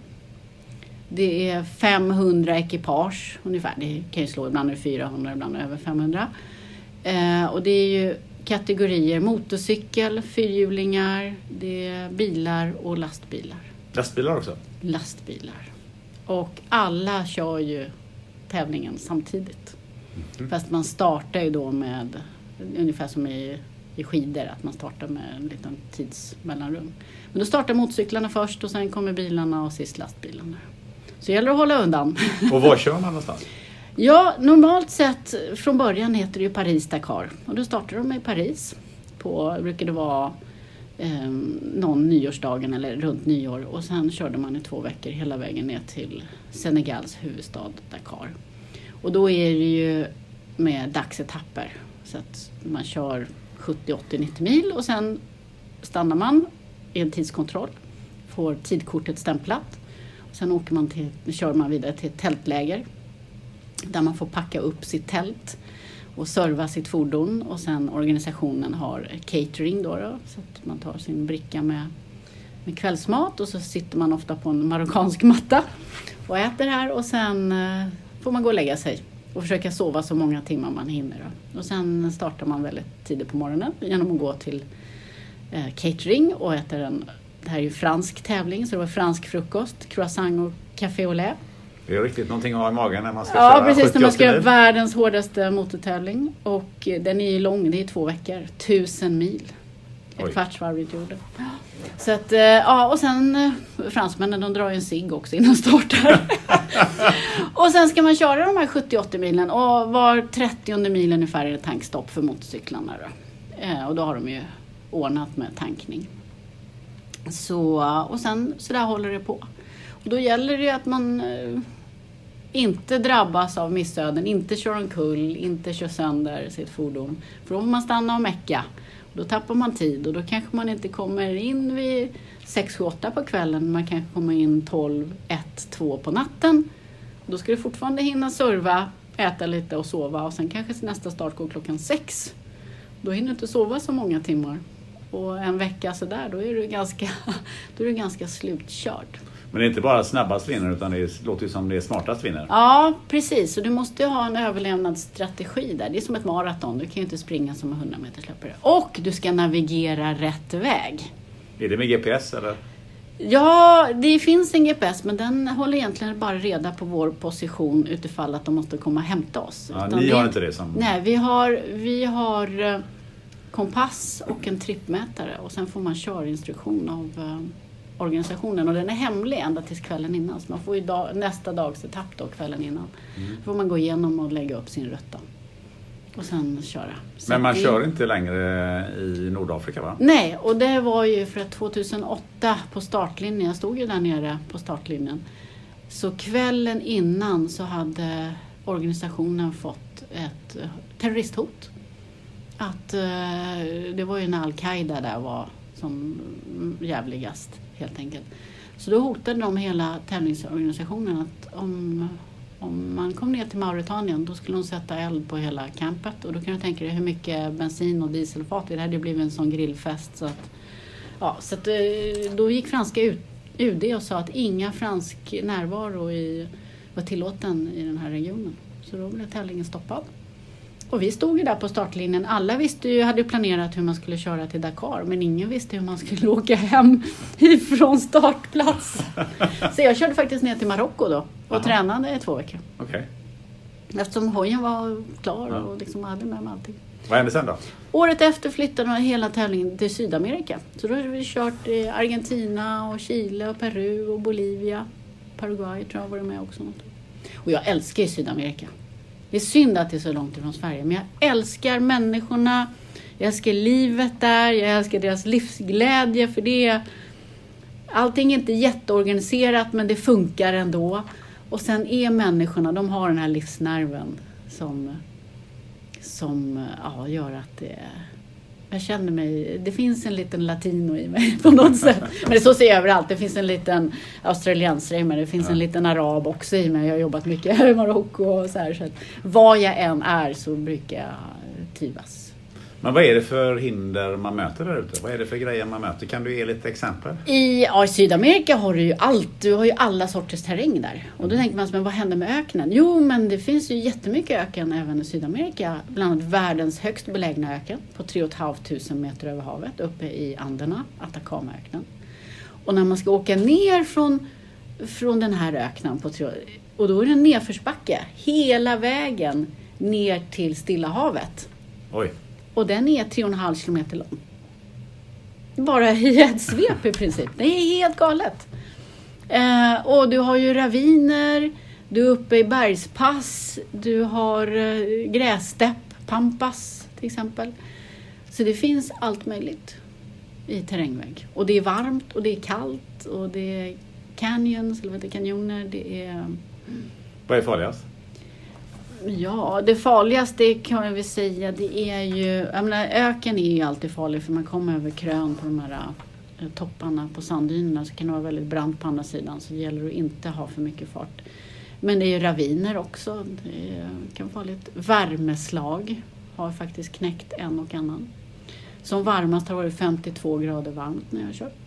Det är femhundra ekipage ungefär. Det kan ju slå, ibland är det fyrahundra, ibland över femhundra. Eh, och det är ju kategorier motorcykel, fyrhjulingar, det är bilar och lastbilar. Lastbilar också? Lastbilar. Och alla kör ju tävlingen samtidigt. Mm. Fast man startar ju då med, ungefär som i, i skidor, att man startar med en liten tidsmellanrum. Men då startar motorcyklarna först och sen kommer bilarna och sist lastbilarna. Så det gäller att hålla undan. Och var kör man någonstans? Ja, normalt sett från början heter det ju Paris-Dakar. Och då startar de i Paris. På, brukar det vara eh, någon nyårsdagen eller runt nyår. Och sen körde man i två veckor hela vägen ner till Senegals huvudstad Dakar. Och då är det ju med dagsetapper. Så att man kör sjuttio, åttio, nittio mil och sen stannar man i en tidskontroll. Får tidkortet stämplat. Och sen åker man till, kör man vidare till ett tältläger. Där man får packa upp sitt tält och serva sitt fordon. Och sen organisationen har catering då, då. Så att man tar sin bricka med, med kvällsmat. Och så sitter man ofta på en marockansk matta och äter här. Och sen eh, får man gå och lägga sig och försöka sova så många timmar man hinner. Då. Och sen startar man väldigt tidigt på morgonen genom att gå till eh, catering och äter en... Det här är ju fransk tävling, så det var fransk frukost, croissant och café au lait. Det är riktigt någonting att ha i magen när man ska ja, köra precis, när man ska göra mil. världens hårdaste motortävling. Och den är ju lång, det är två veckor. Tusen mil. Ett kvartsvarv vi gjorde. Så att, ja, och sen fransmännen, de drar ju en cigg också innan startar. Och sen ska man köra de här sjuttio åttio milen. Och var trettionde mil ungefär är det tankstopp för motorcyklarna då. Och då har de ju ordnat med tankning. Så, och sen så där håller det på. Och då gäller det att man eh, inte drabbas av missöden, inte kör omkull, inte kör sönder sitt fordon. För då får man stanna och mecka. Och då tappar man tid och då kanske man inte kommer in vid sex sju åtta på kvällen. Man kanske kommer in tolv ett två på natten. Och då ska du fortfarande hinna serva, äta lite och sova. Och sen kanske nästa start går klockan sex. Då hinner du inte sova så många timmar. Och en vecka så där, då är du ganska, då är du ganska slutkörd. Men det är inte bara snabbast vinner, utan det låter ju som det är smartast vinner. Ja, precis. Och du måste ju ha en överlevnadsstrategi där. Det är som ett maraton. Du kan ju inte springa som en hundra meters löpare. Och du ska navigera rätt väg. Är det med G P S eller? Ja, det finns en G P S, men den håller egentligen bara reda på vår position utifall att de måste komma och hämta oss. Ja, Utan ni vi, har inte det som... Nej, vi har, vi har kompass och en trippmätare och sen får man körinstruktion av uh, organisationen. Och den är hemlig ända tills kvällen innan. Så man får ju dag, nästa dags etapp då, kvällen innan. Mm. Då får man gå igenom och lägga upp sin rutt. Och sen köra. Så men man det... kör inte längre i Nordafrika, va? Nej, och det var ju för att tjugohundraåtta på startlinjen, jag stod ju där nere på startlinjen. Så kvällen innan så hade organisationen fått ett terroristhot. Att uh, det var ju när Al-Qaida där var som jävligast helt enkelt. Så då hotade de hela tävlingsorganisationen att om... Om man kom ner till Mauritanien då skulle de sätta eld på hela campet. Och då kan du tänka dig hur mycket bensin och dieselfat. Det hade blivit en sån grillfest. Så att, ja, så att, då gick franska U D och sa att inga fransk närvaro i, var tillåten i den här regionen. Så då blev tävlingen stoppad. Och vi stod ju där på startlinjen. Alla visste ju, hade planerat hur man skulle köra till Dakar. Men ingen visste hur man skulle åka hem ifrån startplats. Så jag körde faktiskt ner till Marocko då. Och Aha. tränade i två veckor. Okay. Eftersom hojen var klar ja. och liksom hade med mig allting. Vad hände sen då? Året efter flyttade man hela tävlingen till Sydamerika. Så då har vi kört i Argentina och Chile och Peru och Bolivia. Paraguay tror jag var det med också. Och jag älskar ju Sydamerika. Det är synd att det är så långt ifrån Sverige. Men jag älskar människorna. Jag älskar livet där. Jag älskar deras livsglädje. För det är... Allting är inte jätteorganiserat. Men det funkar ändå. Och sen är människorna. De har den här livsnerven. Som, som ja, gör att det... Jag känner mig... Det finns en liten latino i mig på något sätt. Men det är så ser jag överallt. Det finns en liten australiensare i mig. Det finns ja. en liten arab också i mig. Jag har jobbat mycket här i Marocko och så här. Så att vad jag än är så brukar jag trivas. Men vad är det för hinder man möter där ute? Vad är det för grejer man möter? Kan du ge lite exempel? I, ja, i Sydamerika har du ju allt. Du har ju alla sorters terräng där. Och då tänker man, men vad händer med öknen? Jo, men det finns ju jättemycket öken även i Sydamerika. Bland annat världens högst belägna öken på tre och ett halvt tusen meter över havet uppe i Anderna, Atacamaöknen. Och när man ska åka ner från, från den här öknen på tre, och då är det en nedförsbacke hela vägen ner till Stilla havet. Oj. Och den är tre och en halv kilometer lång. Bara i ett svep i princip. Det är helt galet. Eh, och du har ju raviner. Du är uppe i bergspass. Du har eh, grässtepp, pampas till exempel. Så det finns allt möjligt i terrängväg. Och det är varmt och det är kallt. Och det är canyons, eller vad det är, kanjoner. Det är... Vad är farligast? Ja, det farligaste kan jag väl säga, det är ju, jag menar, öken är ju alltid farlig för man kommer över krön på de här äh, topparna på sanddynerna, så kan det vara väldigt brant på andra sidan, så det gäller att inte ha för mycket fart. Men det är ju raviner också, det är, kan vara farligt. Värmeslag har faktiskt knäckt en och annan. Som varmast har varit femtiotvå grader varmt när jag har kört.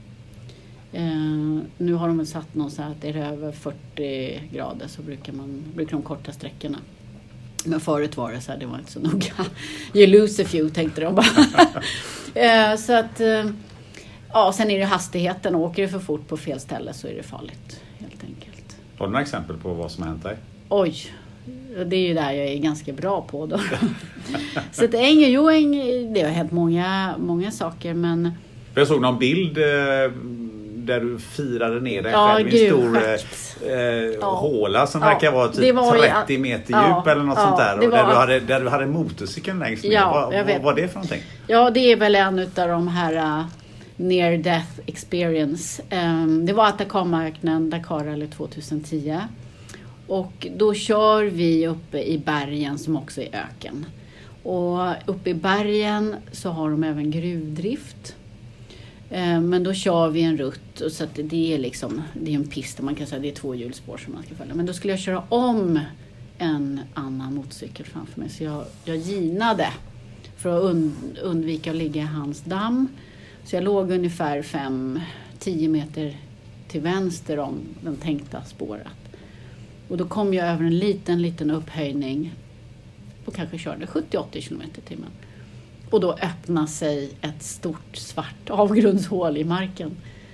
Eh, nu har de väl satt någon så här att är det över fyrtio grader så brukar, man, brukar de korta sträckorna. Men förut var det så här, det var inte så noga. You lose a few, tänkte de bara. eh, så att, eh, ja, sen är det hastigheten. Åker det för fort på fel ställe så är det farligt, helt enkelt. Har du några exempel på vad som har hänt dig? Oj, det är ju där jag är ganska bra på då. Så att Änger, jo, Änger, det har hänt många, många saker, men... Jag såg någon bild... Eh... där du firade ner dig ja, själv i en stor eh, ja. håla som ja. verkar vara typ var trettio ju, meter djup ja, eller något ja, sånt där. Och var, där, du hade, där du hade motorcykeln längst ner. Ja, vad, vad var det för någonting? Ja, det är väl en av de här uh, near death experience. Um, det var Atacamaöknen, Dakar eller tjugohundratio. Och då kör vi uppe i bergen som också är öken. Och uppe i bergen så har de även gruvdrift. Men då kör vi en rutt och så att det är liksom, det är en pist, man kan säga det är två hjulspår som man ska följa. Men då skulle jag köra om en annan motorcykel framför mig, så jag, jag ginade för att und, undvika att ligga i hans damm. Så jag låg ungefär fem till tio meter till vänster om den tänkta spåret. Och då kom jag över en liten, liten upphöjning och kanske körde sjuttio till åttio kilometer i timmen. Och då öppnar sig ett stort svart avgrundshål i marken.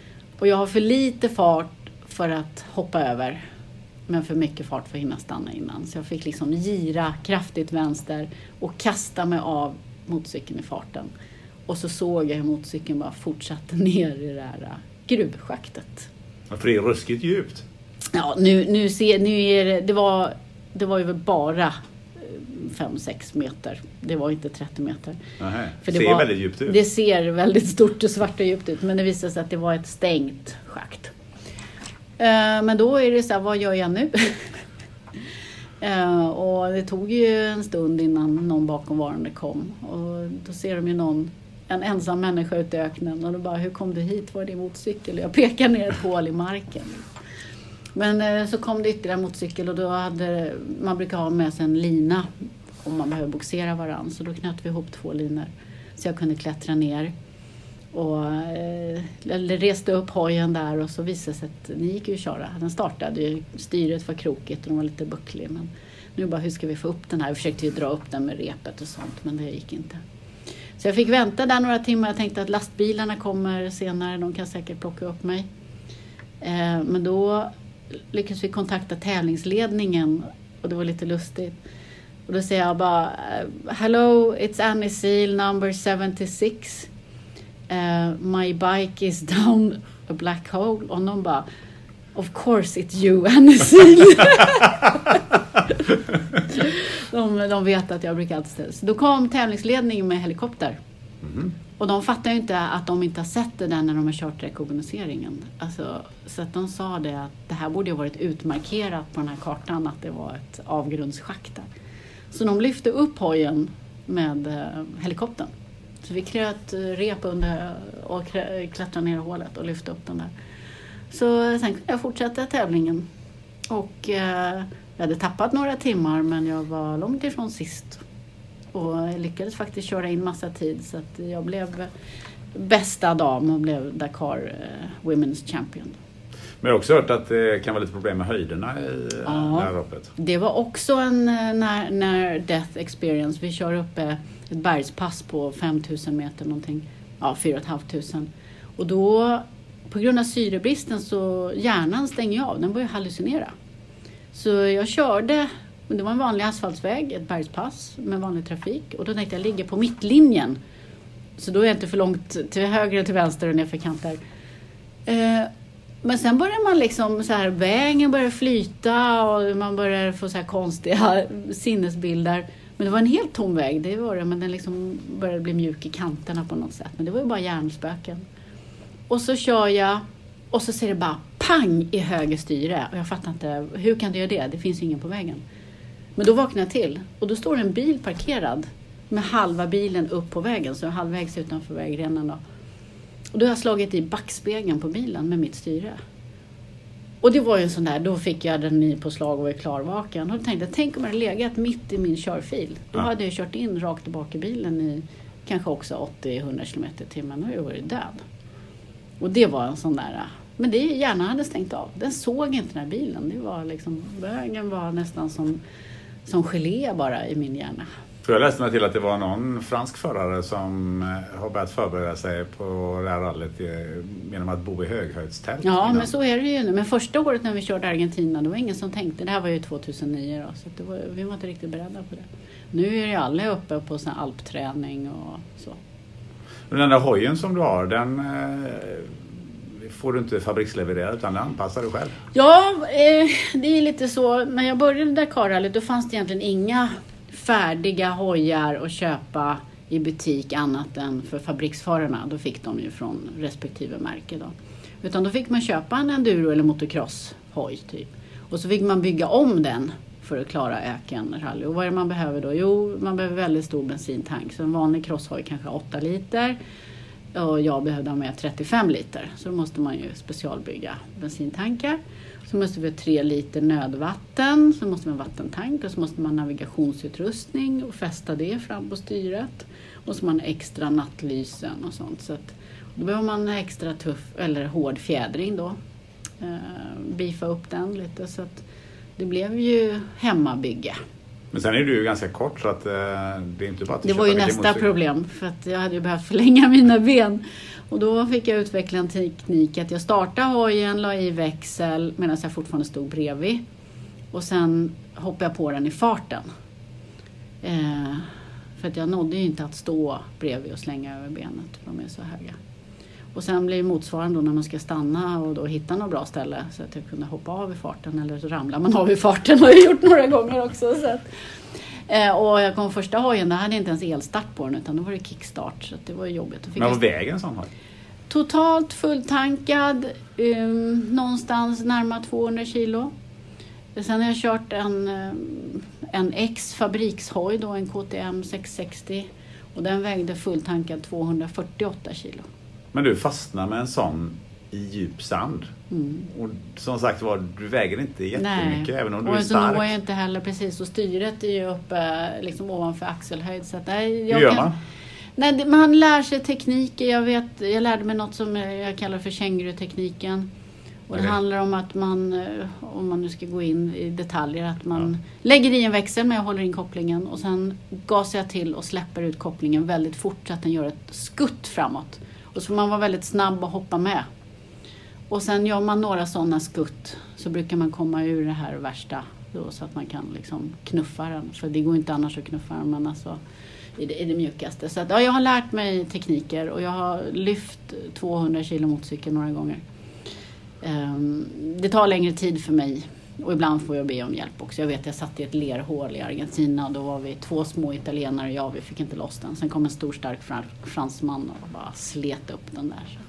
Och jag har för lite fart för att hoppa över. Men för mycket fart för att hinna stanna innan. Så jag fick liksom gira kraftigt vänster och kasta mig av motorcykeln i farten. Och så såg jag hur motorcykeln bara fortsatte ner i det där gruvschaktet. För det är ruskigt djupt. Ja, nu, nu, ser, nu är det, det var, det var ju bara fem sex meter. Det var inte trettio meter. Nähä. För det ser var, väldigt djupt ut. Det ser väldigt stort och svart och djupt ut. Men det visade sig att det var ett stängt schakt. Uh, men då är det så här, vad gör jag nu? uh, och det tog ju en stund innan någon bakomvarande kom. Och då ser de ju någon, en ensam människa ute i öknen. Och då bara, hur kom du hit? Var det din motorcykel? Och jag pekar ner ett hål i marken. Men uh, så kom det ytterligare motorcykel och då hade, man brukar ha med sig en lina om man behöver boxera varann. Så då knöt vi ihop två linor så jag kunde klättra ner. Och eh, reste upp hojen där och så visade sig att ni gick ju att köra. Den startade ju, styret var krokigt och den var lite bucklig. Men nu bara, hur ska vi få upp den här? Vi försökte ju dra upp den med repet och sånt, men det gick inte. Så jag fick vänta där några timmar. Jag tänkte att lastbilarna kommer senare, de kan säkert plocka upp mig. Eh, men då lyckades vi kontakta tävlingsledningen och det var lite lustigt. Och då säger jag bara, hello, it's Annie Seal, number seventy-six. Uh, my bike is down a black hole. Och någon bara, of course it's you, Annie Seal. de, de vet att jag brukar alltid ställa. Så då kom tävlingsledningen med helikopter. Mm. Och de fattar ju inte att de inte har sett det där när de har kört rekognoseringen. Alltså, så att de sa det att det här borde ha varit utmarkerat på den här kartan att det var ett avgrundsschakt där. Så de lyfte upp hojen med eh, helikoptern. Så vi kröt rep under och klättrade ner i hålet och lyfte upp den där. Så sen kunde jag fortsätta tävlingen. Och eh, jag hade tappat några timmar men jag var långt ifrån sist. Och jag lyckades faktiskt köra in massa tid så att jag blev bästa dam och blev Dakar eh, Women's Champion. Men jag har också hört att det kan vara lite problem med höjderna i ja, det här loppet. Det var också en när, när death experience. Vi kör upp ett bergspass på fem tusen meter någonting. Ja, fyra och ett halvt tusen. Och då, på grund av syrebristen så hjärnan stänger av. Den börjar hallucinera. Så jag körde, det var en vanlig asfaltsväg, ett bergspass med vanlig trafik. Och då tänkte jag ligga på mittlinjen. Så då är jag inte för långt till höger och till vänster och ner för kanter. Eh, Men sen börjar man liksom så här, vägen börjar flyta och man börjar få så här konstiga sinnesbilder. Men det var en helt tom väg, det var det, men den liksom började bli mjuk i kanterna på något sätt. Men det var ju bara hjärnspöken. Och så kör jag och så ser det bara pang i höger styre. Och jag fattar inte, hur kan det göra det? Det finns ju ingen på vägen. Men då vaknar jag till och då står en bil parkerad med halva bilen upp på vägen. Så halvvägs utanför vägrenen då. Och då har jag slagit i backspegeln på bilen med mitt styre. Och det var ju en sån där, då fick jag den ny på slag och var klarvaken. Och då tänkte jag, tänk om jag hade legat mitt i min körfil. Då ja. hade jag kört in rakt tillbaka i bilen i kanske också åttio till hundra kilometer i timmen. Då hade jag varit död. Och det var en sån där, men det hjärnan hade stängt av. Den såg inte den här bilen. Det var liksom, vägen var nästan som, som gelé bara i min hjärna. För jag läste mig till att det var någon fransk förare som har börjat förbereda sig på det här rallyt genom att bo i höghöjdstält. Ja, innan. Men så är det ju nu. Men första året när vi körde Argentina, det var ingen som tänkte. Det här var ju tjugohundranio då, så det var, vi var inte riktigt beredda på det. Nu är ju alla uppe på sån alpträning och så. Den där hojen som du har, den eh, får du inte fabriksleverera utan den anpassar du själv. Ja, eh, det är lite så. När jag började Dakar-rallyt, då fanns det egentligen inga färdiga hojar att köpa i butik annat än för fabriksförarna. Då fick de ju från respektive märke då. Utan då fick man köpa en enduro eller motocross hoj typ. Och så fick man bygga om den för att klara ökenrally. Och vad är det man behöver då? Jo, man behöver väldigt stor bensintank. Så en vanlig crosshoj kanske åtta liter. Och jag behövde ha med trettiofem liter. Så då måste man ju specialbygga bensintankar. Så måste vi ha tre liter nödvatten. Så måste man ha vattentank. Och så måste man ha navigationsutrustning. Och fästa det fram på styret. Och så man har extra nattlysen och sånt. Så att, då behöver man extra tuff eller hård fjädring då. Eh, bifa upp den lite. Så att det blev ju hemmabygge. Men sen är du ju ganska kort så att eh, det är inte bara att det var ju nästa problem för att jag hade ju behövt förlänga mina ben. Och då fick jag utveckla en teknik att jag startade hojen, la i växel medan jag fortfarande stod bredvid. Och sen hoppade jag på den i farten. Eh, för att jag nådde ju inte att stå bredvid och slänga över benet för de är så höga. Och sen blir motsvarande då när man ska stanna och då hitta något bra ställe så att jag kunde hoppa av i farten eller så ramlar man av i farten har jag gjort några gånger också. Så att, eh, och jag kom första hojen, där hade jag inte ens elstart på den utan då var det kickstart så att det var jobbigt. Men vad väger en sån hoj? Totalt fulltankad, um, någonstans närmare tvåhundra kilo. Sen har jag kört en, en X-fabrikshoj då, en K T M sexhundrasextio och den vägde fulltankad tvåhundrafyrtioåtta kilo. Men du fastnar med en sån i djup sand. Mm. Och som sagt var, du väger inte jättemycket. Nej. Även om du och är stark. Och så når jag inte heller precis. Och styret är ju uppe liksom ovanför axelhöjd. Så att där, jag Hur gör kan, man? Nej, man lär sig tekniker. Jag, vet, jag lärde mig något som jag kallar för känguru-tekniken. Och det okay. handlar om att man, om man nu ska gå in i detaljer, att man ja. lägger i en växel men jag håller in kopplingen. Och sen gasar jag till och släpper ut kopplingen väldigt fort så att den gör ett skutt framåt. Och så får man vara väldigt snabb och hoppa med. Och sen gör man några sådana skutt så brukar man komma ur det här värsta då, så att man kan liksom knuffa den. För det går inte annars att knuffa den, men alltså i det, i det mjukaste. Så att, ja, jag har lärt mig tekniker och jag har lyft tvåhundra kilo motorcykel några gånger. Um, det tar längre tid för mig och ibland får jag be om hjälp också. Jag vet jag satt i ett lerhål i Argentina. Då var vi två små italienare och jag, vi fick inte loss den. Sen kom en stor stark fransman och bara slet upp den där. Så,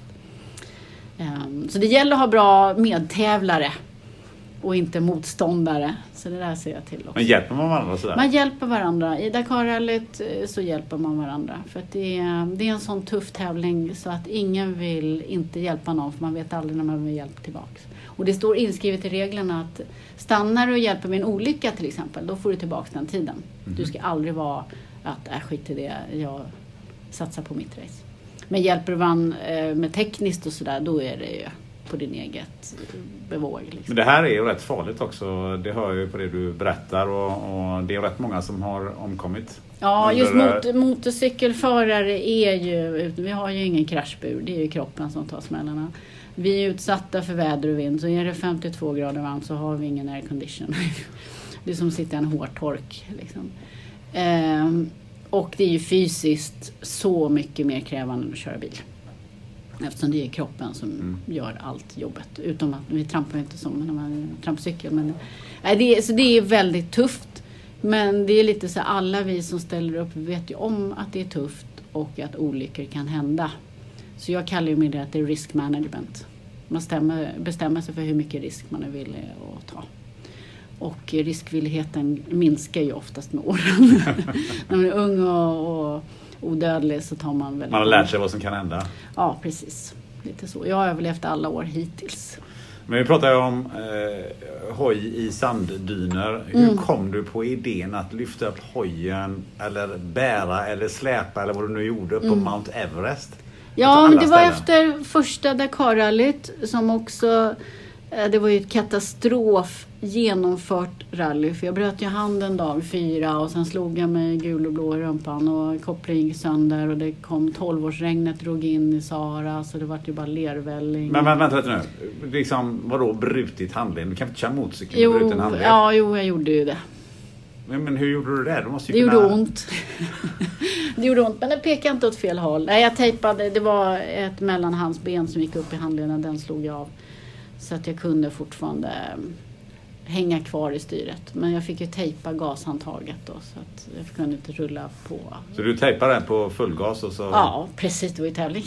um, så det gäller att ha bra medtävlare och inte motståndare. Så det där ser jag till också. Men hjälper man varandra sådär? Man hjälper varandra. I Dakar-rallyt så hjälper man varandra. För att det är, det är en sån tuff tävling så att ingen vill inte hjälpa någon. För man vet aldrig när man vill hjälpa tillbaka. Och det står inskrivet i reglerna att stannar och hjälper med en olycka till exempel, då får du tillbaka den tiden. Mm. Du ska aldrig vara att äh, skit i det, jag satsar på mitt race. Men hjälper du man eh, med tekniskt och sådär, då är det ju på din eget bevåg. Liksom. Men det här är ju rätt farligt också. Det hör ju på det du berättar och, och det är rätt många som har omkommit. Ja, just mot, motorcykelförare är ju, vi har ju ingen kraschbur, det är ju kroppen som tar smällarna. Vi är utsatta för väder och vind, så är det femtiotvå grader varmt så har vi ingen aircondition. Det är som att sitta i en hårtork. Liksom. Ehm, och det är ju fysiskt så mycket mer krävande att köra bil. Eftersom det är kroppen som mm. gör allt jobbet. Utom att vi trampar inte som när man trampar cykel. Men, nej, det är, så det är väldigt tufft. Men det är lite så alla vi som ställer upp vet ju om att det är tufft och att olyckor kan hända. Så jag kallar ju det att det är risk management. Man stämmer, bestämmer sig för hur mycket risk man är villig att ta. Och riskvilligheten minskar ju oftast med åren. När man är ung och, och odödlig så tar man väl... Man har lärt sig vad som kan hända. Ja, precis. Lite så. Jag har överlevt alla år hittills. Men vi pratar ju om eh, hoj i sanddyner. Hur mm. kom du på idén att lyfta upp hojen eller bära eller släpa eller vad du nu gjorde på mm. Mount Everest? Ja, men det var efter första Dakar-rallyt som också, det var ju ett katastrof genomfört rally. För jag bröt ju handen dag fyra och sen slog jag mig gul och blå i rumpan och kopplingen gick sönder och det kom tolvårsregnet drog in i Sahara så det var ju bara lervälling. Men, men vänta lite nu, liksom vadå brutit handleden? Du kan inte köra motorcykel jo, med bruten handled? Ja, jo, jag gjorde ju det. Men, men hur gjorde du det? Du måste ju det kunna... gjorde ont. Det gjorde ont, men det pekade inte åt fel håll. Nej, jag tejpade, det var ett mellanhandsben som gick upp i handleden, den slog jag av. Så att jag kunde fortfarande hänga kvar i styret. Men jag fick ju tejpa gashandtaget då, så att jag kunde inte rulla på. Så du tejpade den på full gas och så... Ja, precis, det var ju tävling.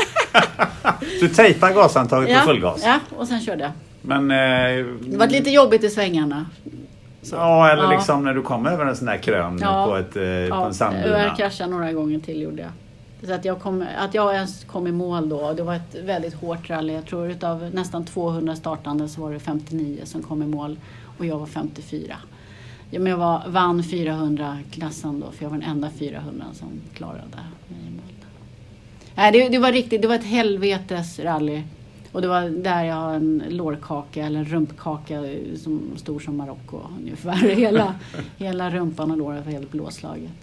Så du tejpade gashandtaget ja, på full gas? Ja, och sen körde jag. Men... Eh... Det var lite jobbigt i svängarna. Så. Ja, eller ja. liksom när du kom över en sån där krön ja. på, ett, eh, ja. på en sanddyna. Jag kraschade några gånger till gjorde jag. Så att jag, kom, att jag ens kom i mål då, det var ett väldigt hårt rally. Jag tror utav nästan tvåhundra startande så var det femtionio som kom i mål och jag var femtiofyra. Ja, men jag var, vann fyrahundra-klassen då, för jag var den enda fyrahundra som klarade mig i mål. Nej, det, det var riktigt, det var ett helvetes rally. Och det var där jag har en lårkaka eller en rumpkaka som stor som Marocko ungefär. Hela, hela rumpan och låret var helt blåslaget.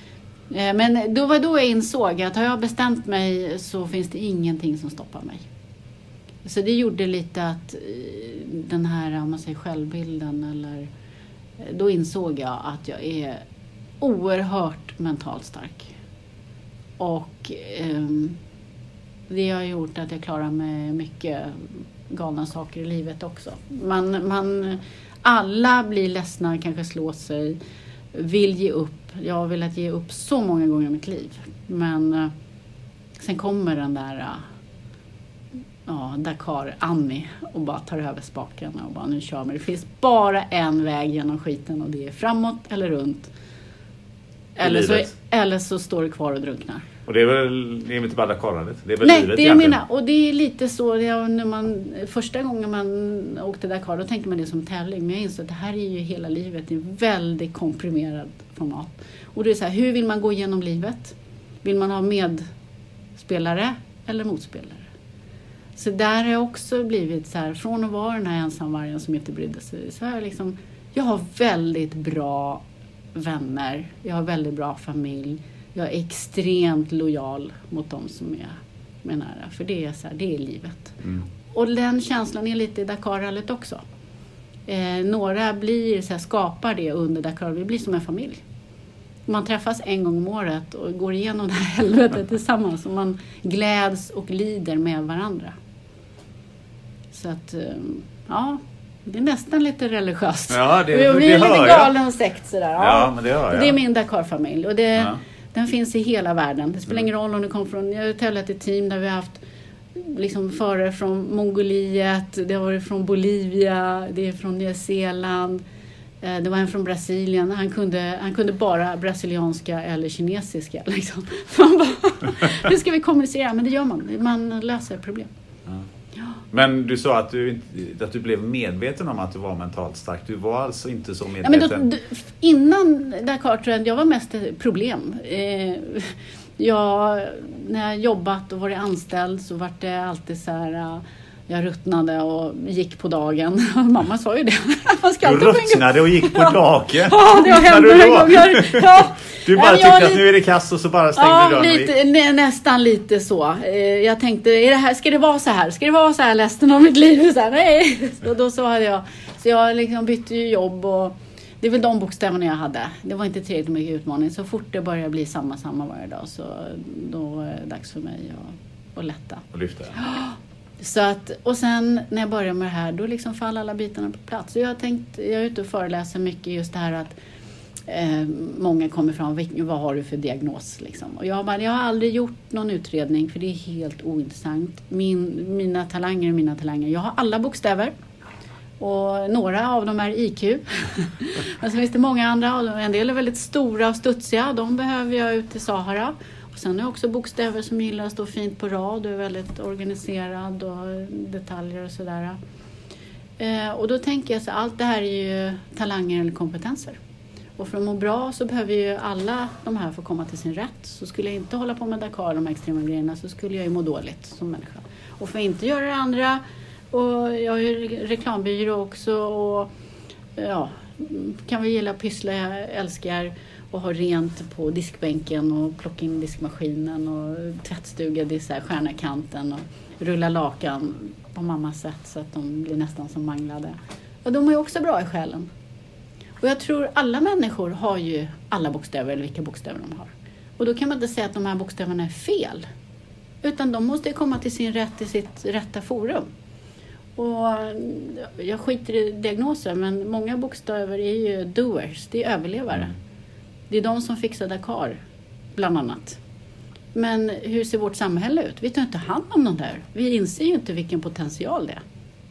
Men då var då jag insåg att har jag bestämt mig så finns det ingenting som stoppar mig. Så det gjorde lite att den här, om man säger självbilden, eller då insåg jag att jag är oerhört mentalt stark. Och eh, det har gjort att jag klarar mig mycket galna saker i livet också. Man, man, alla blir ledsna, kanske slår sig, vill ge upp. Jag har velat ge upp så många gånger i mitt liv. Men eh, sen kommer den där eh, ja, Dakar Annie och bara tar över spaken och bara nu kör vi. Det finns bara en väg genom skiten och det är framåt eller runt. Eller så, eller så står det kvar och drunknar. Och det är väl, det är inte bara Dakarandet. Det är väl Nej, livet det är egentligen. mina. Och det är lite så, det, när man, första gången man åkte Dakar, då tänkte man det som tävling. Men jag insåg att det här är ju hela livet. Det är väldigt komprimerad format. Och det är så här, hur vill man gå igenom livet? Vill man ha medspelare eller motspelare? Så där har jag också blivit så här, från att vara den här ensamvargen som inte brydde sig. Så här liksom, jag har väldigt bra vänner. Jag har väldigt bra familj. Jag är extremt lojal mot dem som är med nära. För det är så här, det är livet. Mm. Och den känslan är lite i Dakarrallyt också. Eh, några blir så här, skapar det under Dakar. Vi blir som en familj. Man träffas en gång om året och går igenom det här helvetet tillsammans. Och man gläds och lider med varandra. Så att, eh, ja... Det är nästan lite religiöst. Ja, det, det, det är lite galen sekt sådär. Ja, ja, men det hör jag. Det är min Dakar-familj. Och det, ja. Den finns i hela världen. Det spelar ingen roll om du kommer från... Jag har tävlat i ett team där vi har haft liksom förare från Mongoliet. Det har varit från Bolivia. Det är från Nya Zeeland. Det var en från Brasilien. Han kunde, han kunde bara brasilianska eller kinesiska. Liksom. Man bara, hur ska vi kommunicera? Men det gör man. Man löser problem. Ja. Men du sa att du, att du blev medveten om att du var mentalt stark. Du var alltså inte så medveten. Ja, men då, då, innan Dakar tror jag, jag var mest ett problem. Eh, jag, när jag jobbat och varit anställd så var det alltid så här... Jag ruttnade och gick på dagen. Mamma sa ju det. Man ska du ruttnade och gick på dagen? Ja, det har hänt några gånger. Ja. Du bara tyckte att nu är det kass och så bara stängde ja, du dörren. Lite, nä, nästan lite så. Jag tänkte, är det här, ska det vara så här? Ska det vara så här resten av mitt liv? Så här, nej. Och då så hade jag, så jag liksom bytte ju jobb och det är väl de bokstäverna jag hade. Det var inte tillräckligt mycket utmaning. Så fort det började bli samma, samma varje dag så då är det dags för mig att, att lätta. Och lyfta. Så att, och sen när jag började med det här, då liksom faller alla bitarna på plats. Och jag har tänkt, jag är ute och föreläser mycket just det här att eh, många kommer fram, vad har du för diagnos liksom? Och jag bara, jag har aldrig gjort någon utredning för det är helt ointressant. Min, mina talanger är mina talanger. Jag har alla bokstäver. Och några av dem är I Q. Men så finns det många andra, en del är väldigt stora och studsiga. De behöver jag ut till Sahara. Sen är det också bokstäver som gillar att stå fint på rad och är väldigt organiserad och detaljer och sådär. Eh, och då tänker jag så allt det här är ju talanger eller kompetenser. Och för att må bra så behöver ju alla de här få komma till sin rätt. Så skulle jag inte hålla på med Dakar, de extrema grejerna, så skulle jag ju må dåligt som människa. Och för att inte göra det andra, och jag har ju reklambyrå också och ja, kan vi gilla pyssla, jag älskar och ha rent på diskbänken och plocka in diskmaskinen och tvättstuga, dissa stjärnakanten och rulla lakan på mammas sätt så att de blir nästan som manglade. Och de är också bra i själen. Och jag tror alla människor har ju alla bokstäver eller vilka bokstäver de har. Och då kan man inte säga att de här bokstäverna är fel. Utan de måste komma till sin rätt i sitt rätta forum. Och jag skiter i diagnoser, men många bokstäver är ju doers, det är överlevare. Mm. Det är de som fixar Dakar, bland annat. Men hur ser vårt samhälle ut? Vi tar inte hand om de där. Vi inser ju inte vilken potential det är.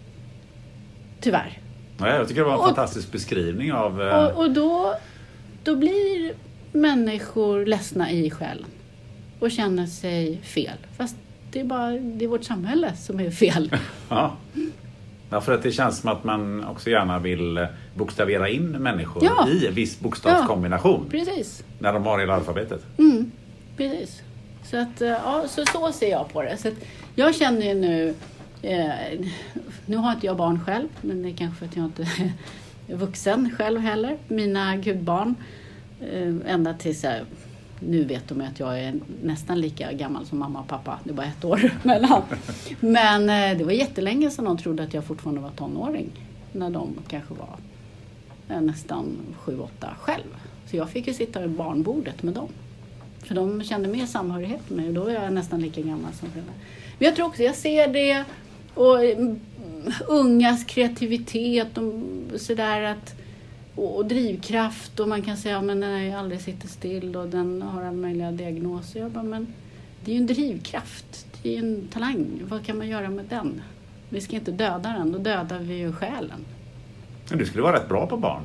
Tyvärr. Nej, jag tycker det var en och, fantastisk beskrivning av... Eh... Och, och då, då blir människor ledsna i själen. Och känner sig fel. Fast det är bara det är vårt samhälle som är fel. Ja. Ja, för att det känns som att man också gärna vill bokstavera in människor ja. i en viss bokstavskombination. Ja, precis. När de har hela alfabetet. Mm, precis. Så, att, ja, så, så ser jag på det. Så att jag känner ju nu Eh, nu har inte jag barn själv, men det är kanske för att jag inte är vuxen själv heller. Mina gudbarn, eh, ända tills jag, nu vet de att jag är nästan lika gammal som mamma och pappa. Det var ett år mellan. Men eh, det var jättelänge sedan de trodde att jag fortfarande var tonåring. När de kanske var eh, nästan sju åtta själv. Så jag fick ju sitta vid barnbordet med dem. För de kände mer samhörighet med mig. Och då är jag nästan lika gammal som föräldrar. Men jag tror också, jag ser det. Och mm, ungas kreativitet. Och sådär att... Och drivkraft. Och man kan säga, ja, men den är aldrig sitter still. Och den har alla möjliga diagnoser. Jag bara, men det är ju en drivkraft. Det är ju en talang. Vad kan man göra med den? Vi ska inte döda den. Då dödar vi ju själen. Men du skulle vara rätt bra på barn.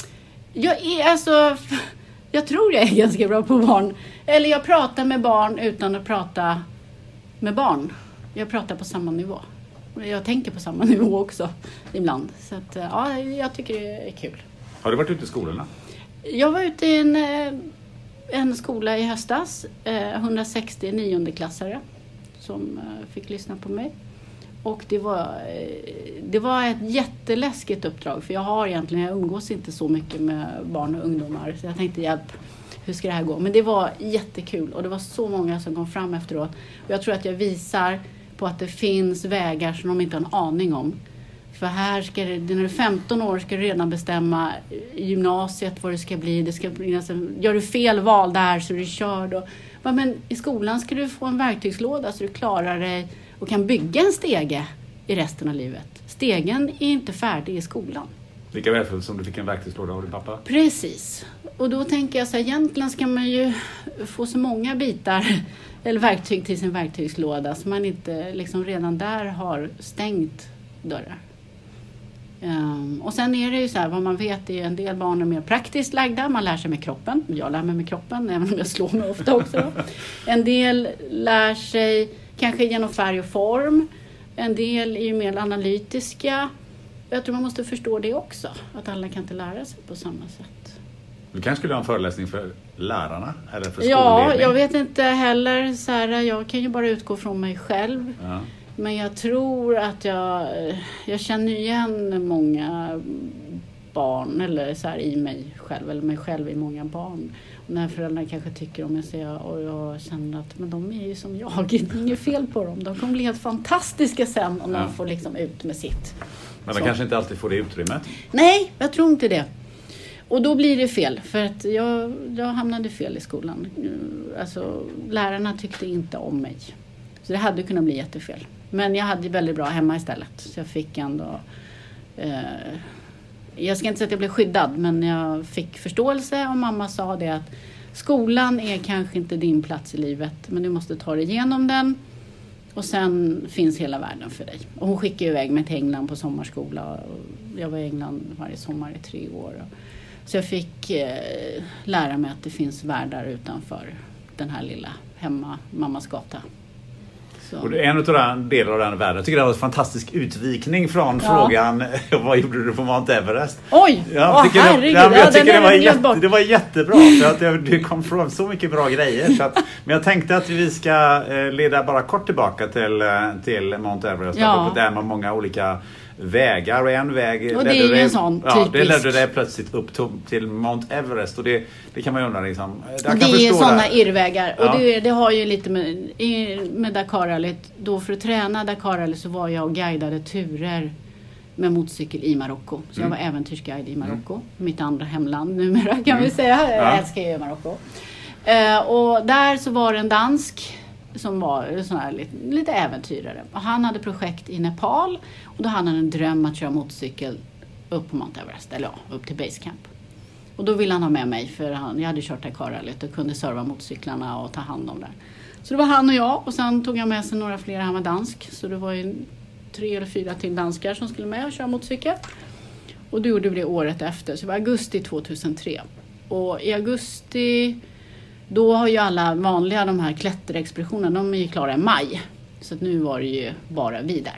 Jag är alltså... Jag tror jag är ganska bra på barn. Eller jag pratar med barn utan att prata med barn. Jag pratar på samma nivå. Jag tänker på samma nivå också ibland. Så att, ja, jag tycker det är kul. Har du varit ute i skolorna? Jag var ute i en, en skola i höstas. hundrasextio niondeklassare som fick lyssna på mig. Och det var, det var ett jätteläskigt uppdrag. För jag har egentligen, jag umgås inte så mycket med barn och ungdomar. Så jag tänkte, hjälp, hur ska det här gå? Men det var jättekul. Och det var så många som kom fram efteråt. Och jag tror att jag visar på att det finns vägar som de inte har en aning om. För här ska det, när du är femton år ska du redan bestämma i gymnasiet vad det ska bli. Det ska bli alltså, gör du fel val där så är du körd. Och, men i skolan ska du få en verktygslåda så du klarar dig och kan bygga en stege i resten av livet. Stegen är inte färdig i skolan. Lika väl som du fick en verktygslåda av din pappa? Precis. Och då tänker jag så här, egentligen ska man ju få så många bitar eller verktyg till sin verktygslåda så man inte liksom redan där har stängt dörrar. Um, och sen är det ju så här, vad man vet är en del barn är mer praktiskt lagda. Man lär sig med kroppen. Jag lär mig med kroppen, även om jag slår mig ofta också. En del lär sig kanske genom färg och form. En del är ju mer analytiska. Jag tror man måste förstå det också. Att alla kan inte lära sig på samma sätt. Du kanske skulle ha en föreläsning för lärarna? Eller för ja, jag vet inte heller. Så här, jag kan ju bara utgå från mig själv. Ja. Men jag tror att jag, jag känner igen många barn eller så här, i mig själv. Eller mig själv i många barn. Och när föräldrarna kanske tycker om jag säger och jag känner att men de är ju som jag. Det är inget fel på dem. De kommer bli helt fantastiska sen om ja. de får liksom ut med sitt. Men de så. kanske inte alltid får det utrymmet? Nej, jag tror inte det. Och då blir det fel. För att jag, jag hamnade fel i skolan. Alltså, lärarna tyckte inte om mig. Så det hade kunnat bli jättefel. Men jag hade väldigt bra hemma istället. Så jag fick ändå... Eh, jag ska inte säga att jag blev skyddad. Men jag fick förståelse. Och mamma sa det att skolan är kanske inte din plats i livet. Men du måste ta dig igenom den. Och sen finns hela världen för dig. Och hon skickade iväg mig till England på sommarskola. Och jag var i England varje sommar i tre år. Så jag fick eh, lära mig att det finns världar utanför den här lilla hemma mammas gata. Så. Och en av de delar av den världen. Jag tycker det var en fantastisk utvikning från ja. frågan vad gjorde du på Mount Everest? Oj, jag åh, tycker, herregud. det, jag, jag ja, tycker det, var jätte, det var jättebra för att jag, du kom från så mycket bra grejer. Så att, men jag tänkte att vi ska leda bara kort tillbaka till, till Mount Everest. Ja. Där med många olika vägar och en väg och det är ju en sån ja, typisk. Det ledde dig plötsligt upp till, till Mount Everest och det, det kan man ju undra liksom. Jag det är sådana irrvägar ja. och det, det har ju lite med, med Dakar-rallyt. Då för att träna Dakar-rally så var jag och guidade turer med motorcykel i Marocko. Så mm. jag var äventyrsguide i Marocko. Mm. Mitt andra hemland numera kan mm. vi säga. Jag ja. älskar ju Marocko. Uh, och där så var det en dansk som var sån här lite, lite äventyrare. Och han hade projekt i Nepal. Och då hade han en dröm att köra motorcykel upp på Mount Everest. Eller ja, upp till Basecamp. Och då ville han ha med mig. För han, jag hade kört Dakar-rallyt och kunde serva motorcyklarna och ta hand om det. Så det var han och jag. Och sen tog jag med sig några fler. Han var dansk. Så det var ju tre eller fyra till danskar som skulle med och köra motorcykel. Och då gjorde vi det året efter. Så det var augusti tjugohundratre. Och i augusti... Då har ju alla vanliga de här klätterexpeditionerna, de är ju klara i maj. Så att nu var det ju bara vi där.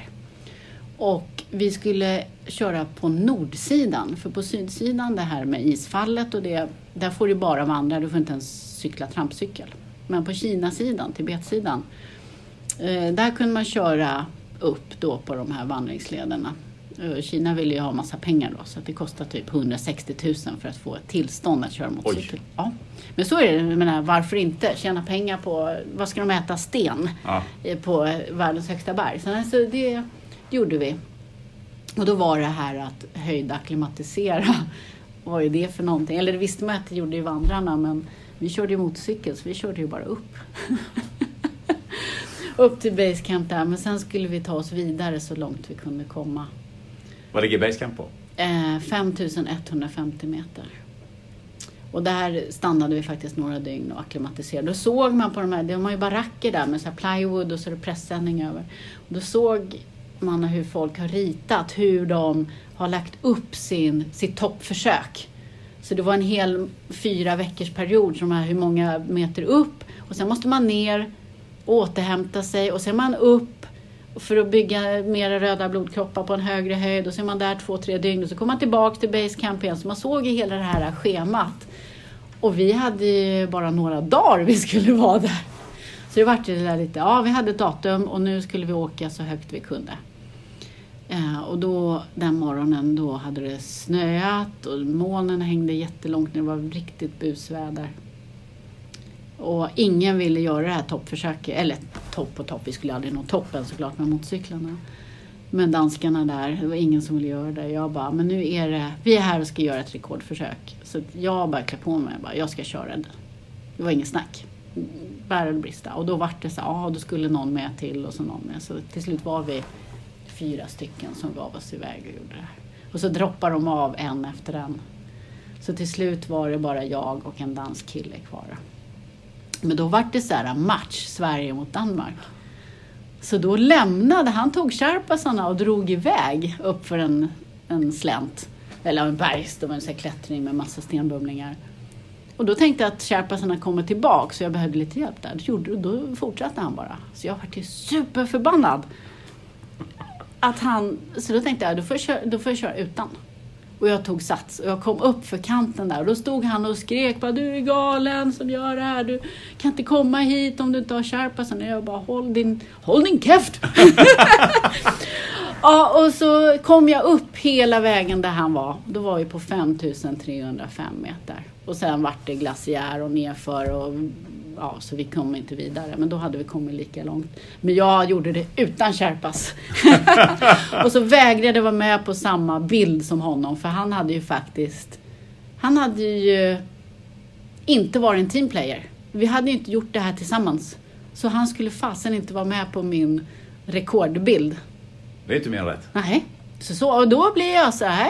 Och vi skulle köra på nordsidan. För på sydsidan det här med isfallet och det, där får du bara vandra. Du får inte ens cykla trampcykel. Men på Kina-sidan, Tibet-sidan, eh, där kunde man köra upp då på de här vandringslederna. Kina ville ju ha massa pengar då, så att det kostar typ hundrasextio tusen för att få ett tillstånd att köra motorcykel. Ja. Men så är det, jag menar, varför inte tjäna pengar på, vad ska de äta, sten ja. på världens högsta berg. Så alltså, det gjorde vi. Och då var det här att höjdakklimatisera. Vad är det för någonting? Eller det visste man att det gjorde ju vandrarna, men vi körde ju motorcykel så vi körde ju bara upp. upp till basecamp där, men sen skulle vi ta oss vidare så långt vi kunde komma. Vad ligger basecamp på? Eh, femtusen etthundrafemtio meter. Och där stannade vi faktiskt några dygn och akklimatiserade. Då såg man på de här, de har ju baracker där med så här plywood och så är det pressändning över. Och då såg man hur folk har ritat, hur de har lagt upp sin, sitt toppförsök. Så det var en hel fyra veckors period, som här, hur många meter upp. Och sen måste man ner, återhämta sig och sen man upp för att bygga mera röda blodkroppar på en högre höjd. Och så är man där två, tre dygn och så kommer man tillbaka till basecamp igen. Så man såg i hela det här schemat. Och vi hade ju bara några dagar vi skulle vara där. Så det var det där lite, ja vi hade ett datum och nu skulle vi åka så högt vi kunde. Eh, och då den morgonen då hade det snöat och molnen hängde jättelångt ner. Det var riktigt busväder. Och ingen ville göra det här toppförsöket. Eller topp på topp, vi skulle aldrig nå toppen såklart med motorcyklarna. Men danskarna där, det var ingen som ville göra det. Jag bara, men nu är det, vi är här och ska göra ett rekordförsök. Så jag bara klä på mig, jag, bara, jag ska köra det. Det var ingen snack. Bära och brista. Och då var det så, ja då skulle någon med till och så någon med. Så till slut var vi fyra stycken som gav oss iväg och gjorde det här. Och så droppade de av en efter en. Så till slut var det bara jag och en dansk kille kvar. Men då var det så här match, Sverige mot Danmark. Så då lämnade, han tog sherpasarna och drog iväg upp för en, en slänt. Eller en bergs, det var en sån här klättring med massa stenbumlingar. Och då tänkte jag att sherpasarna kommer tillbaka så jag behövde lite hjälp där. Då, då fortsatte han bara. Så jag var till superförbannad. Att han, så då tänkte jag, då får jag, köra, då får jag köra utan. Och jag tog sats och jag kom upp för kanten där. Och då stod han och skrek bara, du är galen som gör det här. Du kan inte komma hit om du inte har sherpasen. Och jag bara, håll din, håll din käft. Ja, och så kom jag upp hela vägen där han var. Då var vi på femtusen trehundrafem meter. Och sen var det glaciär och nerför och ja, så vi kom inte vidare. Men då hade vi kommit lika långt. Men jag gjorde det utan sherpas. Och så vägrade jag vara med på samma bild som honom. För han hade ju faktiskt, han hade ju inte varit en teamplayer. Vi hade ju inte gjort det här tillsammans. Så han skulle fasen inte vara med på min rekordbild. Det är inte mer rätt. Nej, så, så och då blir jag så här.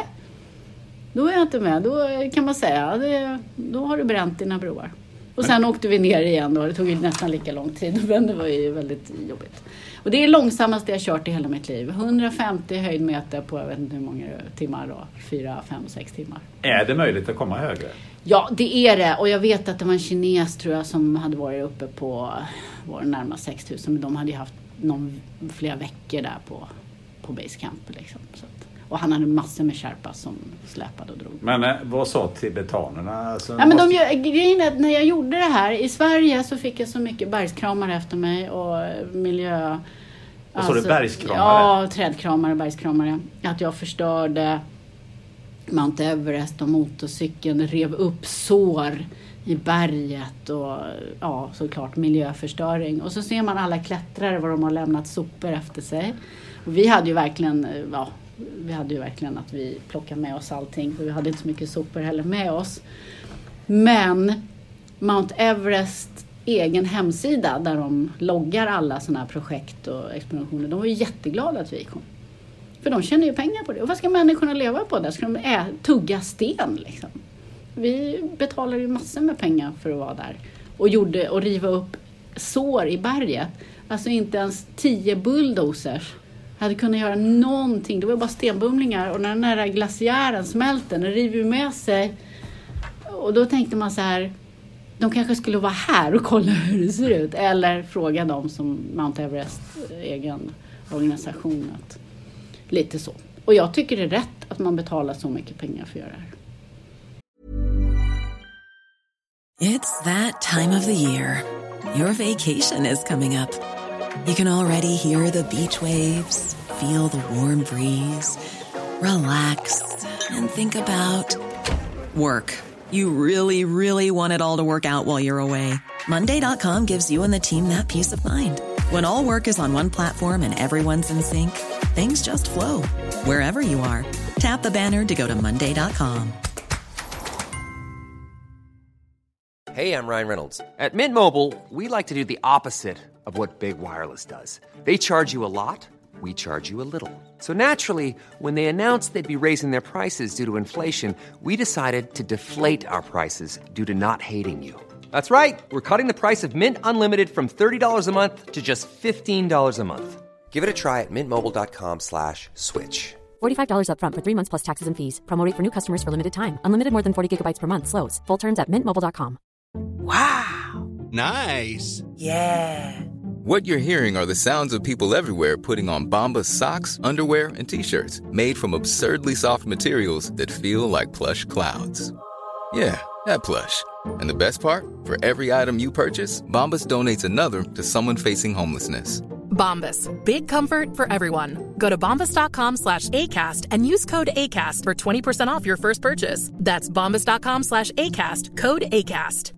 Då är jag inte med. Då kan man säga, det, då har du bränt dina broar. Och sen men... åkte vi ner igen då. Det tog ju nästan lika lång tid. Men det var ju väldigt jobbigt. Och det är långsammaste jag kört i hela mitt liv. hundrafemtio höjdmeter på jag vet inte hur många timmar då. Fyra, fem, sex timmar. Är det möjligt att komma högre? Ja, det är det. Och jag vet att det var en kines tror jag som hade varit uppe på var närmare sex tusen. Men de hade ju haft någon, flera veckor där på, på basecamp liksom. Så att, och han hade massor med sherpas som släpade och drog. Men eh, vad sa tibetanerna? Alltså, ja, men de, grejen är att när jag gjorde det här i Sverige så fick jag så mycket bergskramare efter mig och miljö... Vad alltså, sa du, bergskramare? Ja, trädkramare, bergskramare. Att jag förstörde Mount Everest och motorcykeln, rev upp sår i berget och ja, såklart miljöförstöring. Och så ser man alla klättrare vad de har lämnat sopor efter sig. Och vi hade ju verkligen... Ja, vi hade ju verkligen att vi plockade med oss allting. För vi hade inte så mycket sopor heller med oss. Men Mount Everest egen hemsida där de loggar alla sådana här projekt och expeditioner. De var ju jätteglada att vi kom. För de tjänar ju pengar på det. Och vad ska människorna leva på där? Ska de ä- tugga sten liksom? Vi betalade ju massor med pengar för att vara där. Och gjorde och riva upp sår i berget. Alltså inte ens tio bulldozers hade kunnat göra någonting. Det var bara stenbumlingar. Och när den här glaciären smälter, den river med sig. Och då tänkte man så här, de kanske skulle vara här och kolla hur det ser ut. Eller fråga dem som Mount Everest egen organisation. Att, lite så. Och jag tycker det är rätt att man betalar så mycket pengar för att göra det här. It's that time of the year. Your vacation is coming up. You can already hear the beach waves, feel the warm breeze, relax, and think about work. You really, really want it all to work out while you're away. Monday dot com gives you and the team that peace of mind. When all work is on one platform and everyone's in sync, things just flow. Wherever you are, tap the banner to go to monday dot com. Hey, I'm Ryan Reynolds. At Mint Mobile, we like to do the opposite of what Big Wireless does. They charge you a lot, we charge you a little. So naturally, when they announced they'd be raising their prices due to inflation, we decided to deflate our prices due to not hating you. That's right. We're cutting the price of Mint Unlimited from thirty dollars a month to just fifteen dollars a month. Give it a try at mintmobile.com slash switch. forty-five dollars up front for three months plus taxes and fees. Promo rate for new customers for limited time. Unlimited more than forty gigabytes per month slows. Full terms at mint mobile dot com. Wow. Nice. Yeah. What you're hearing are the sounds of people everywhere putting on Bombas socks, underwear, and T-shirts made from absurdly soft materials that feel like plush clouds. Yeah, that plush. And the best part? For every item you purchase, Bombas donates another to someone facing homelessness. Bombas. Big comfort for everyone. Go to bombas.com slash ACAST and use code ACAST for twenty percent off your first purchase. That's bombas.com slash ACAST. Code ACAST.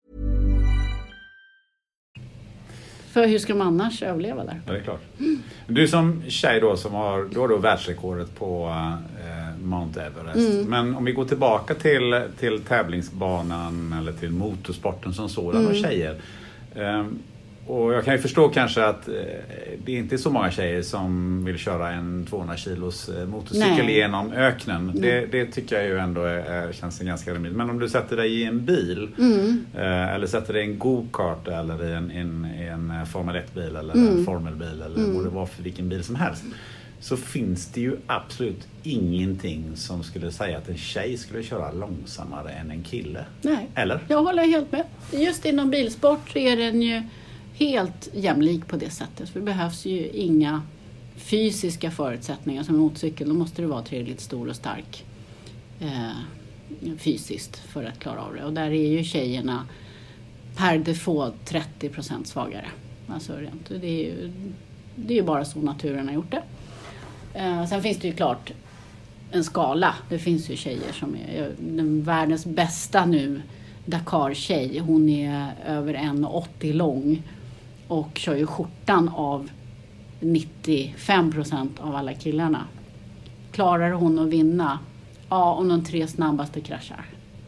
För hur ska man annars överleva där? Ja, det är klart. Du som tjej då som har då då världsrekordet på eh, Mount Everest. Mm. Men om vi går tillbaka till, till tävlingsbanan eller till motorsporten som sådan mm. och tjejer. Eh, och jag kan ju förstå kanske att eh, det är inte så många tjejer som vill köra en tvåhundra kilos eh, motorcykel Nej. genom öknen. Det, det tycker jag ju ändå är, är, känns ganska rimligt. Men om du sätter dig i en bil mm. eh, eller sätter dig i en go-kart eller i en, en, en Formel ett-bil eller mm. en formelbil eller mm. vad det var för vilken bil som helst. Så finns det ju absolut ingenting som skulle säga att en tjej skulle köra långsammare än en kille. Nej, eller? Jag håller helt med. Just inom bilsport är den ju helt jämlik på det sättet. För det behövs ju inga fysiska förutsättningar som en motorcykel. Då måste du vara tillräckligt stor och stark eh, fysiskt för att klara av det. Och där är ju tjejerna per default trettio procent svagare. Alltså rent. Det är ju, det är ju bara så naturen har gjort det. Eh, sen finns det ju klart en skala. Det finns ju tjejer som är den världens bästa nu. Dakar-tjej. Hon är över en komma åttio lång. Och kör ju skjortan av nittiofem procent av alla killarna. Klarar hon att vinna? Ja, om de tre snabbaste kraschar.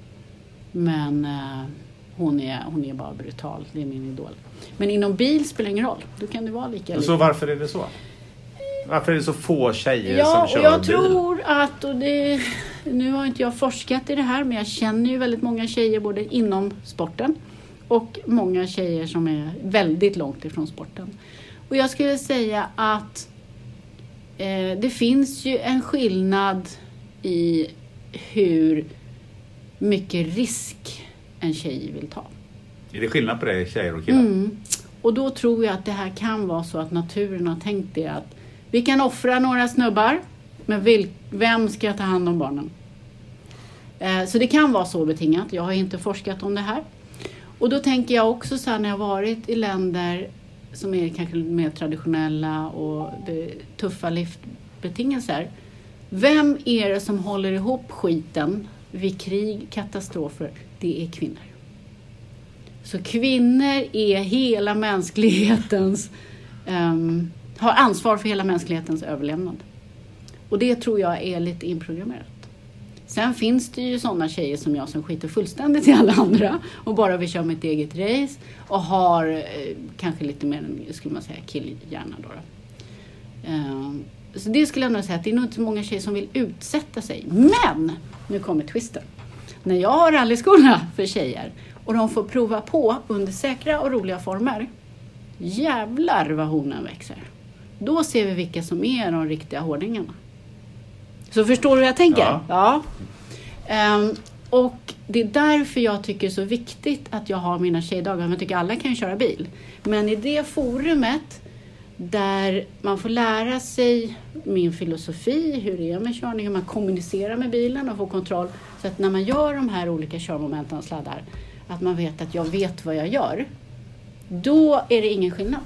Men eh, hon, är, hon är bara brutal. Det är min idol. Men inom bil spelar ingen roll. Då kan det vara lika. Så varför är det så? Varför är det så få tjejer ja, som kör bil? Ja, jag tror att... Och det, nu har inte jag forskat i det här. Men jag känner ju väldigt många tjejer både inom sporten. Och många tjejer som är väldigt långt ifrån sporten. Och jag skulle säga att eh, det finns ju en skillnad i hur mycket risk en tjej vill ta. Är det skillnad på det, tjejer och killar? Mm. Och då tror jag att det här kan vara så att naturen har tänkt det att vi kan offra några snubbar, men vil- vem ska ta hand om barnen? Eh, så det kan vara så betingat. Jag har inte forskat om det här. Och då tänker jag också så här när jag varit i länder som är kanske mer traditionella och tuffa liftbetingelser. Vem är det som håller ihop skiten vid krig, katastrofer? Det är kvinnor. Så kvinnor är hela mänsklighetens, um, har ansvar för hela mänsklighetens överlevnad. Och det tror jag är lite inprogrammerat. Sen finns det ju sådana tjejer som jag som skiter fullständigt i alla andra och bara vill köra mitt eget race och har eh, kanske lite mer, skulle man säga, killhjärna då. Uh, så det skulle jag nog säga att det är nog inte så många tjejer som vill utsätta sig. Men, nu kommer twisten. När jag har rallyskolorna för tjejer och de får prova på under säkra och roliga former, jävlar vad honen växer. Då ser vi vilka som är de riktiga hårdingarna. Så förstår du hur jag tänker? Ja. ja. Um, och det är därför jag tycker det är så viktigt att jag har mina tjejdagar. Jag tycker alla kan köra bil. Men i det forumet där man får lära sig min filosofi, hur det är med körning, hur man kommunicerar med bilen och får kontroll. Så att när man gör de här olika körmomenten och sladdar, att man vet att jag vet vad jag gör. Då är det ingen skillnad.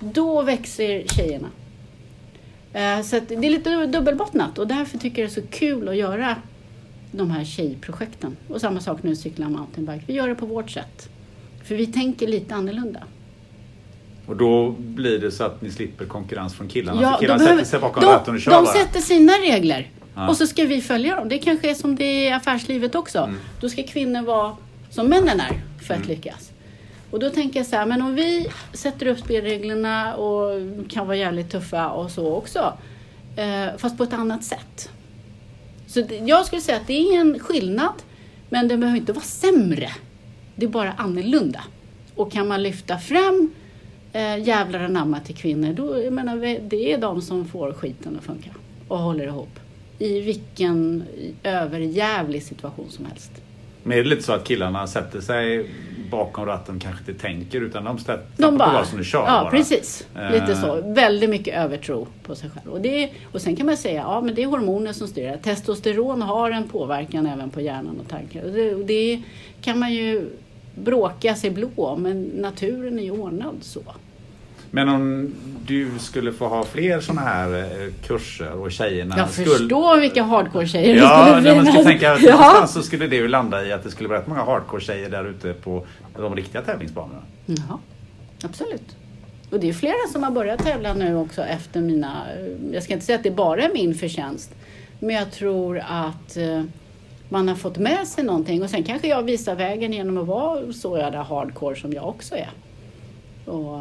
Då växer tjejerna. Eh, så att det är lite dubbelbottnat och därför tycker jag det är så kul att göra de här tjejprojekten. Och samma sak nu, cykla mountainbike. Vi gör det på vårt sätt. För vi tänker lite annorlunda. Och då blir det så att ni slipper konkurrens från killarna. Ja, för killarna behöver, sätter sig bakom de, ratten och kör De bara. sätter sina regler. Ja. Och så ska vi följa dem. Det kanske är som det är i affärslivet också. Mm. Då ska kvinnor vara som männen är för att mm. lyckas. Och då tänker jag så här, men om vi sätter upp spelreglerna och kan vara jävligt tuffa och så också. Eh, fast på ett annat sätt. Så det, jag skulle säga att det är en skillnad. Men det behöver inte vara sämre. Det är bara annorlunda. Och kan man lyfta fram eh, jävlar anamma till kvinnor. Då, jag menar, det är de som får skiten att funka. Och håller ihop. I vilken överjävlig situation som helst. Men är det lite så att killarna sätter sig bakom ratten, kanske inte tänker, utan de sätter de bara, på vad som du kör ja, bara. Precis. Lite Uh. så. Väldigt mycket övertro på sig själv. Och, det, och sen kan man säga, ja men det är hormoner som styr det. Testosteron har en påverkan även på hjärnan och tankar. Och det, och det kan man ju bråka sig blå om, men naturen är ju ordnad så. Men om du skulle få ha fler såna här kurser och tjejerna... Jag skulle... förstår vilka hardcore-tjejer ja, det skulle bli. Ja, man skulle tänka att ja. någonstans så skulle det ju landa i att det skulle vara rätt många hardcore-tjejer där ute på de riktiga tävlingsbanorna. Ja, absolut. Och det är flera som har börjat tävla nu också efter mina... Jag ska inte säga att det bara är min förtjänst. Men jag tror att man har fått med sig någonting. Och sen kanske jag visar vägen genom att vara så jävla hardcore som jag också är. Och...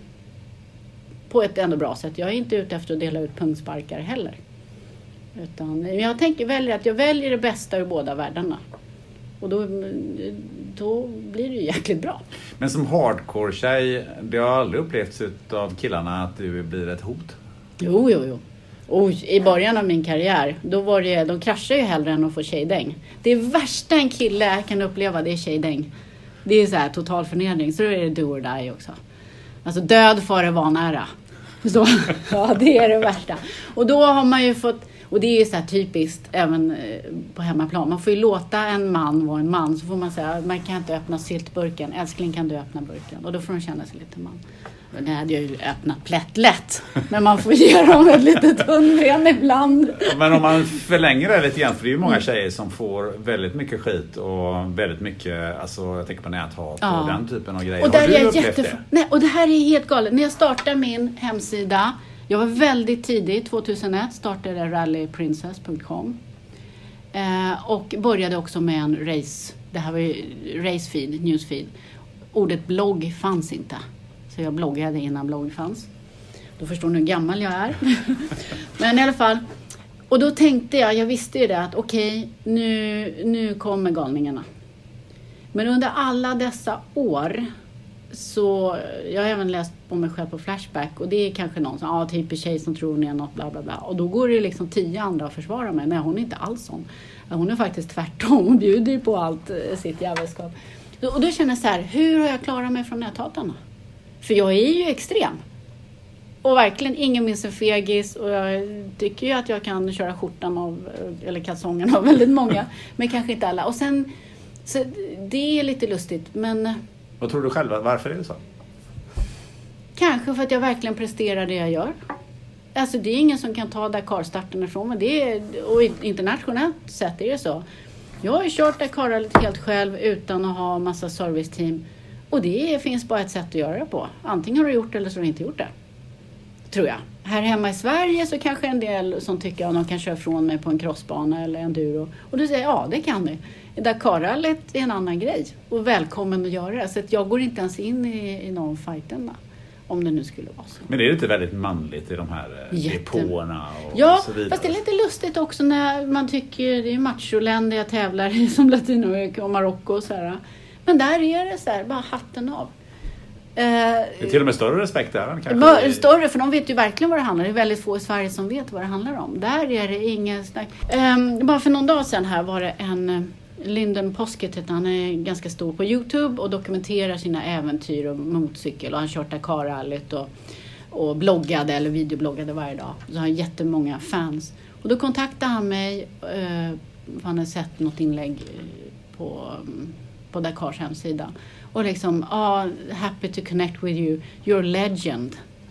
på ett ändå bra sätt. Jag är inte ute efter att dela ut punksparkar heller. Utan jag tänker välja att jag väljer det bästa ur båda världarna. Och då, då blir det ju jäkligt bra. Men som hardcore-tjej, det har aldrig upplevts av killarna att du blir ett hot? Jo, jo, jo. Oj, i början av min karriär, då var det, de kraschar ju hellre än att få tjejdäng. Det värsta en kille kan uppleva, det är tjejdäng. Det är så här total förnedring. Så då är det do or die också. Alltså död före vanära. Så, ja, det är det värsta. Och då har man ju fått, och det är ju så här typiskt även på hemmaplan. Man får ju låta en man vara en man. Så får man säga, man kan inte öppna syltburken. Älskling, kan du öppna burken? Och då får de känna sig lite man. Det hade jag ju öppnat plättlätt. Men man får ge dem ett litet hundben ibland. Men om man förlänger det lite grann, för det är ju många tjejer som får väldigt mycket skit och väldigt mycket, alltså jag tänker på näthat ja. och den typen av grejer. Och, där har du är upplevt jättef- det? Nej, och det här är helt galet. När jag startade min hemsida, jag var väldigt tidig, tjugohundraett startade rally princess punkt com. Eh, och började också med en race, det här var ju racefeed, newsfeed. Ordet blogg fanns inte. Så jag bloggade innan blogg fanns. Då förstår ni hur gammal jag är. Men i alla fall. Och då tänkte jag, jag visste ju det att okej, okay, nu, nu kommer galningarna. Men under alla dessa år så, jag har även läst om mig själv på Flashback. Och det är kanske någon som, ja ah, typisk tjej som tror hon är något bla bla bla. Och då går det liksom tio andra att försvara mig. Nej, hon är inte alls sån. Hon är faktiskt tvärtom. Hon bjuder ju på allt sitt jävelskap. Och då känner jag så här, hur har jag klarat mig från näthatarna? För jag är ju extrem. Och verkligen ingen minns en fegis. Och jag tycker ju att jag kan köra skjortan av, eller kalsongen av väldigt många. Men kanske inte alla. Och sen, så det är lite lustigt. Men vad tror du själv? Varför är det så? Kanske för att jag verkligen presterar det jag gör. Alltså det är ingen som kan ta Dakar-starten ifrån mig. Det är, och internationellt sett är det så. Jag har ju kört Dakar helt själv utan att ha massa serviceteam. Och det finns bara ett sätt att göra det på. Antingen har du gjort det eller så har du inte gjort det. Tror jag. Här hemma i Sverige så kanske en del som tycker att de kan köra från mig på en crossbana eller enduro. Och då säger jag, ja det kan ni. Dakarrallyt är en annan grej. Och välkommen att göra det. Så att jag går inte ens in i, i någon fighterna. Om det nu skulle vara så. Men det är inte väldigt manligt i de här Jätte. depåerna och, ja, och så vidare. Fast det är lite lustigt också när man tycker det är macholänder jag tävlar i som Latinamerika och Marocko och så här. Men där är det så här, bara hatten av. Det är till och med större respekt där. Kanske. Större, för de vet ju verkligen vad det handlar om. Det är väldigt få i Sverige som vet vad det handlar om. Där är det ingen snack. Um, bara för någon dag sedan här var det en Lyndon Poskett, han är ganska stor på YouTube och dokumenterar sina äventyr och motorcykel. Och han kört Dakar-rallyt och, och bloggade eller videobloggade varje dag. Så han har jättemånga fans. Och då kontaktade han mig. Uh, han har sett något inlägg på, på Dakars hemsida. Och liksom, ah, happy to connect with you. You're a legend.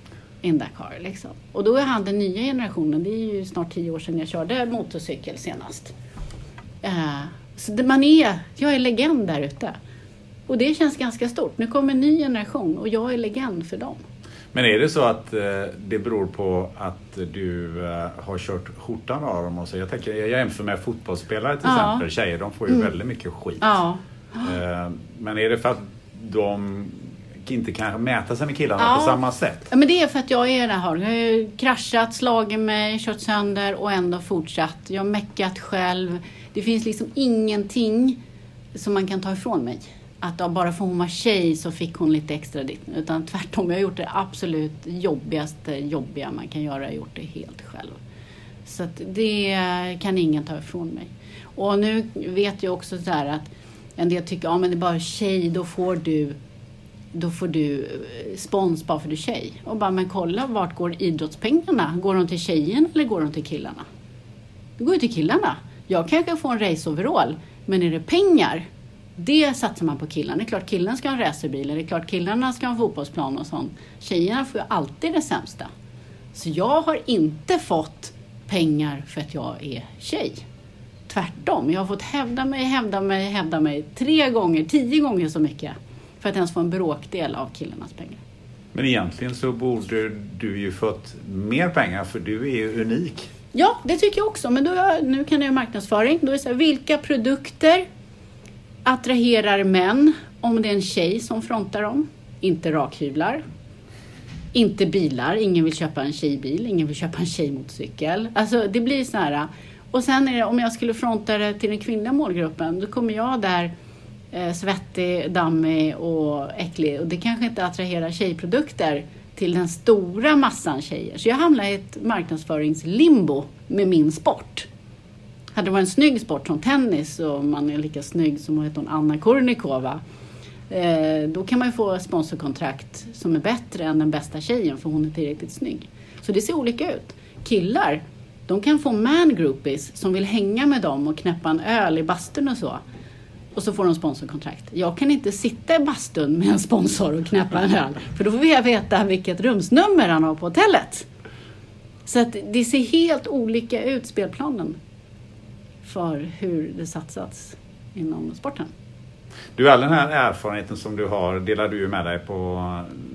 in Dakar liksom. Och då är han den nya generationen. Det är ju snart tio år sedan jag körde motorcykel senast. Uh, så det, man är, jag är legend där ute. Och det känns ganska stort. Nu kommer en ny generation och jag är legend för dem. Men är det så att eh, det beror på att du eh, har kört skjortan av dem? Och så? Jag, tänker, jag jämför med fotbollsspelare till ja. exempel. Tjejer, de får ju mm. väldigt mycket skit. Ja. Eh, men är det för att de inte kan mäta sig med killarna ja. på samma sätt? Ja, men det är för att jag är det här. Jag har ju kraschat, slagit mig, kört sönder och ändå fortsatt. Jag har meckat själv. Det finns liksom ingenting som man kan ta ifrån mig. Att bara för hon var tjej så fick hon lite extra dit. Utan tvärtom, jag har gjort det absolut jobbigaste jobbiga man kan göra. Jag har gjort det helt själv. Så att det kan ingen ta ifrån mig. Och nu vet jag också så här att en del tycker, ja men det är bara tjej, då får du då får du spons bara för du är tjej. Och bara, men kolla, vart går idrottspengarna? Går de till tjejen eller går de till killarna? Det går ju till killarna. Jag kanske får en raceoverall, men är det pengar, det satsar man på killarna. Det är klart killarna ska ha en racerbil, det är klart killarna ska ha en fotbollsplan och sånt. Tjejerna får ju alltid det sämsta. Så jag har inte fått pengar för att jag är tjej. Tvärtom, jag har fått hävda mig, hävda mig, hävda mig tre gånger, tio gånger så mycket för att ens få en bråkdel av killarnas pengar. Men egentligen så borde du ju fått mer pengar, för du är ju unik. Ja, det tycker jag också. Men då jag, nu kan jag ju marknadsföring. Då är det så här, vilka produkter attraherar män om det är en tjej som frontar dem? Inte rakhyvlar. Inte bilar. Ingen vill köpa en tjejbil. Ingen vill köpa en tjejmotorcykel. Alltså det blir så här. Och sen är det, om jag skulle fronta det till den kvinnliga målgruppen, då kommer jag där eh, svettig, dammig och äcklig. Och det kanske inte attraherar tjejprodukter till den stora massan tjejer. Så jag hamnar i ett marknadsföringslimbo med min sport. Hade det varit en snygg sport som tennis och man är lika snygg som heter hon Anna Kornikova, eh, då kan man ju få sponsorkontrakt som är bättre än den bästa tjejen för hon är tillräckligt snygg. Så det ser olika ut. Killar, de kan få man groupies som vill hänga med dem och knäppa en öl i bastun och så. Och så får de sponsorkontrakt. Jag kan inte sitta i bastun med en sponsor och knäppa en öl. För då får vi veta vilket rumsnummer han har på hotellet. Så att det ser helt olika ut, spelplanen, för hur det satsats inom sporten. Du, all den här erfarenheten som du har delar du med dig på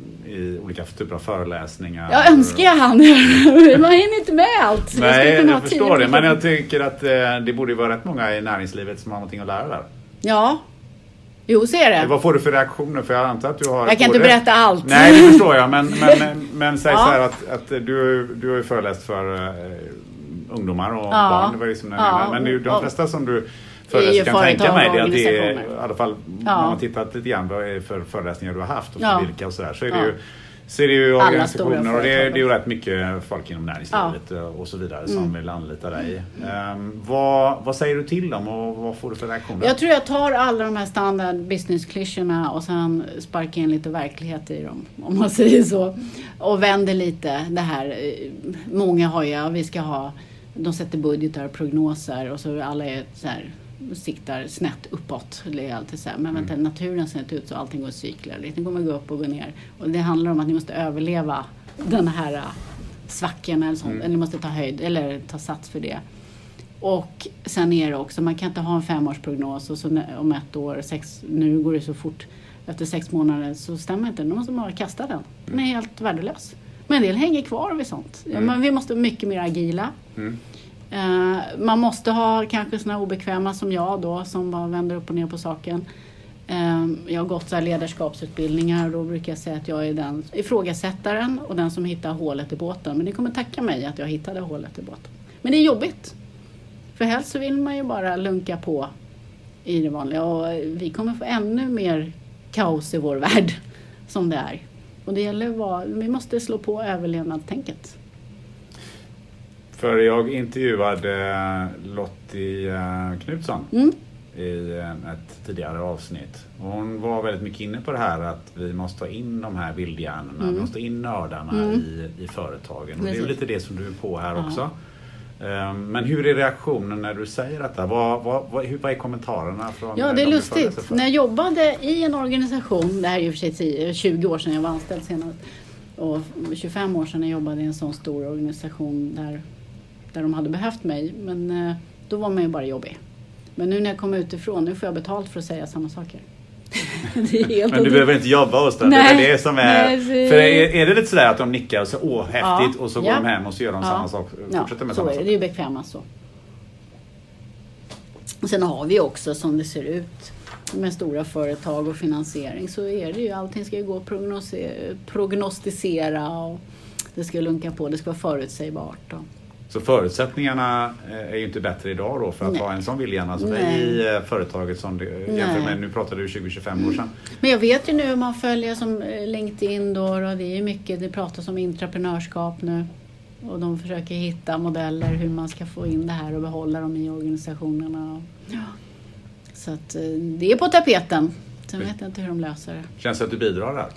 i olika typer av föreläsningar. Jag önskar jag han. Man hinner inte med allt. Nej, jag, jag förstår det. Men jag tycker att eh, det borde vara rätt många i näringslivet som har någonting att lära där. Ja. Jo, ser det. Vad får du för reaktioner? För jag antar att du har... Jag kan inte berätta allt. Nej, det förstår jag. Men, men, men säg ja. så här att, att du, du har ju föreläst för uh, ungdomar och ja. barn. Det var ju som ja. Men det, de flesta som du föreläser kan tänka mig det att det är, i alla fall ja. när man tittat lite grann vad är för föreläsningar du har haft och ja. vilka och sådär, så är det ja. ju Så är det ju organisationer och det är, det är ju rätt mycket folk inom näringslivet ja. och så vidare som mm. vill anlita dig. Um, vad, vad säger du till dem och vad får du för reaktioner? Jag tror jag tar alla de här standard business-klyschorna och sen sparkar in lite verklighet i dem, om man säger så. Och vänder lite det här. Många har ju, vi ska ha, de sätter budgetar och prognoser och så alla är så här, siktar snett uppåt. Det är alltid så här. Men vänta, mm. naturen ser inte ut så, allting går i cykler. Det kommer gå upp och gå ner. Och det handlar om att ni måste överleva den här svackan eller sånt. Mm. Eller ni måste ta höjd eller ta sats för det. Och sen är det också, man kan inte ha en femårsprognos och så om ett år, sex, nu går det så fort, efter sex månader så stämmer inte. Då måste man kasta den. Den är helt värdelös. Men en del hänger kvar vid sånt. Mm. Men vi måste vara mycket mer agila. Mm. Uh, man måste ha kanske såna obekväma som jag då, som bara vänder upp och ner på saken. Uh, jag har gått så här ledarskapsutbildningar och då brukar jag säga att jag är den ifrågasättaren och den som hittar hålet i båten. Men det kommer tacka mig att jag hittade hålet i båten. Men det är jobbigt. För helst så vill man ju bara lunka på i det vanliga. Och vi kommer få ännu mer kaos i vår värld som det är. Och det gäller vad, vi måste slå på överlevnadstänket. För jag intervjuade Lottie Knutsson mm. i ett tidigare avsnitt. Och hon var väldigt mycket inne på det här att vi måste ha in de här vildhjärnorna, mm. vi måste ha in nördarna mm. i, i företagen. Och det är lite det som du är på här ja. också. Men hur är reaktionen när du säger detta? Vad, vad, vad, hur, vad är kommentarerna från? Ja, det är lustigt. När jag jobbade i en organisation, det här är ju för sig tio, tjugo år sedan jag var anställd senast. Och tjugofem år sedan jag jobbade i en sån stor organisation där, där de hade behövt mig. Men då var man ju bara jobbig. Men nu när jag kommer utifrån, nu får jag betalt för att säga samma saker. Det är helt Men du behöver inte jobba hos dem. Nej, det är det som är... Nej, för är, är det lite sådär att de nickar och så åh, häftigt ja, och så går ja. de hem och så gör de ja. samma sak. Fortsätter med ja, samma så är det. sak. Det är ju bekvämast så. Och sen har vi också som det ser ut med stora företag och finansiering så är det ju, allting ska ju gå att prognosera, prognostisera och det ska lunka på, det ska vara förutsägbart. Och. Så förutsättningarna är ju inte bättre idag då för att Nej. ha en sån vilja alltså i företaget som du jämför med, nu pratar du tjugo till tjugofem år sedan. Men jag vet ju nu hur man följer som LinkedIn då och det är ju mycket, det pratas om entreprenörskap nu och de försöker hitta modeller hur man ska få in det här och behålla dem i organisationerna. Ja. Så att det är på tapeten. Sen vet jag inte hur de löser det. Känns det att du bidrar där?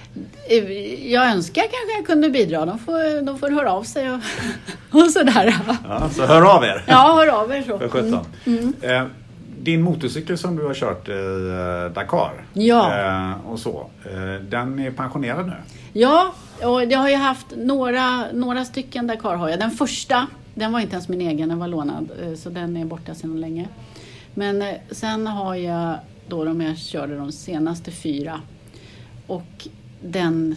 Jag önskar kanske jag kunde bidra. De får, de får höra av sig och, och sådär. Ja, så hör av er. Ja, hör av er så. För sjutton. Mm. Mm. Eh, din motorcykel som du har kört i eh, Dakar. Ja. Eh, och så. Eh, den är pensionerad nu. Ja, och jag har ju haft några, några stycken Dakar har jag. Den första, den var inte ens min egen, den var lånad. Så den är borta sedan länge. Men eh, sen har jag då de jag körde de senaste fyra. Och den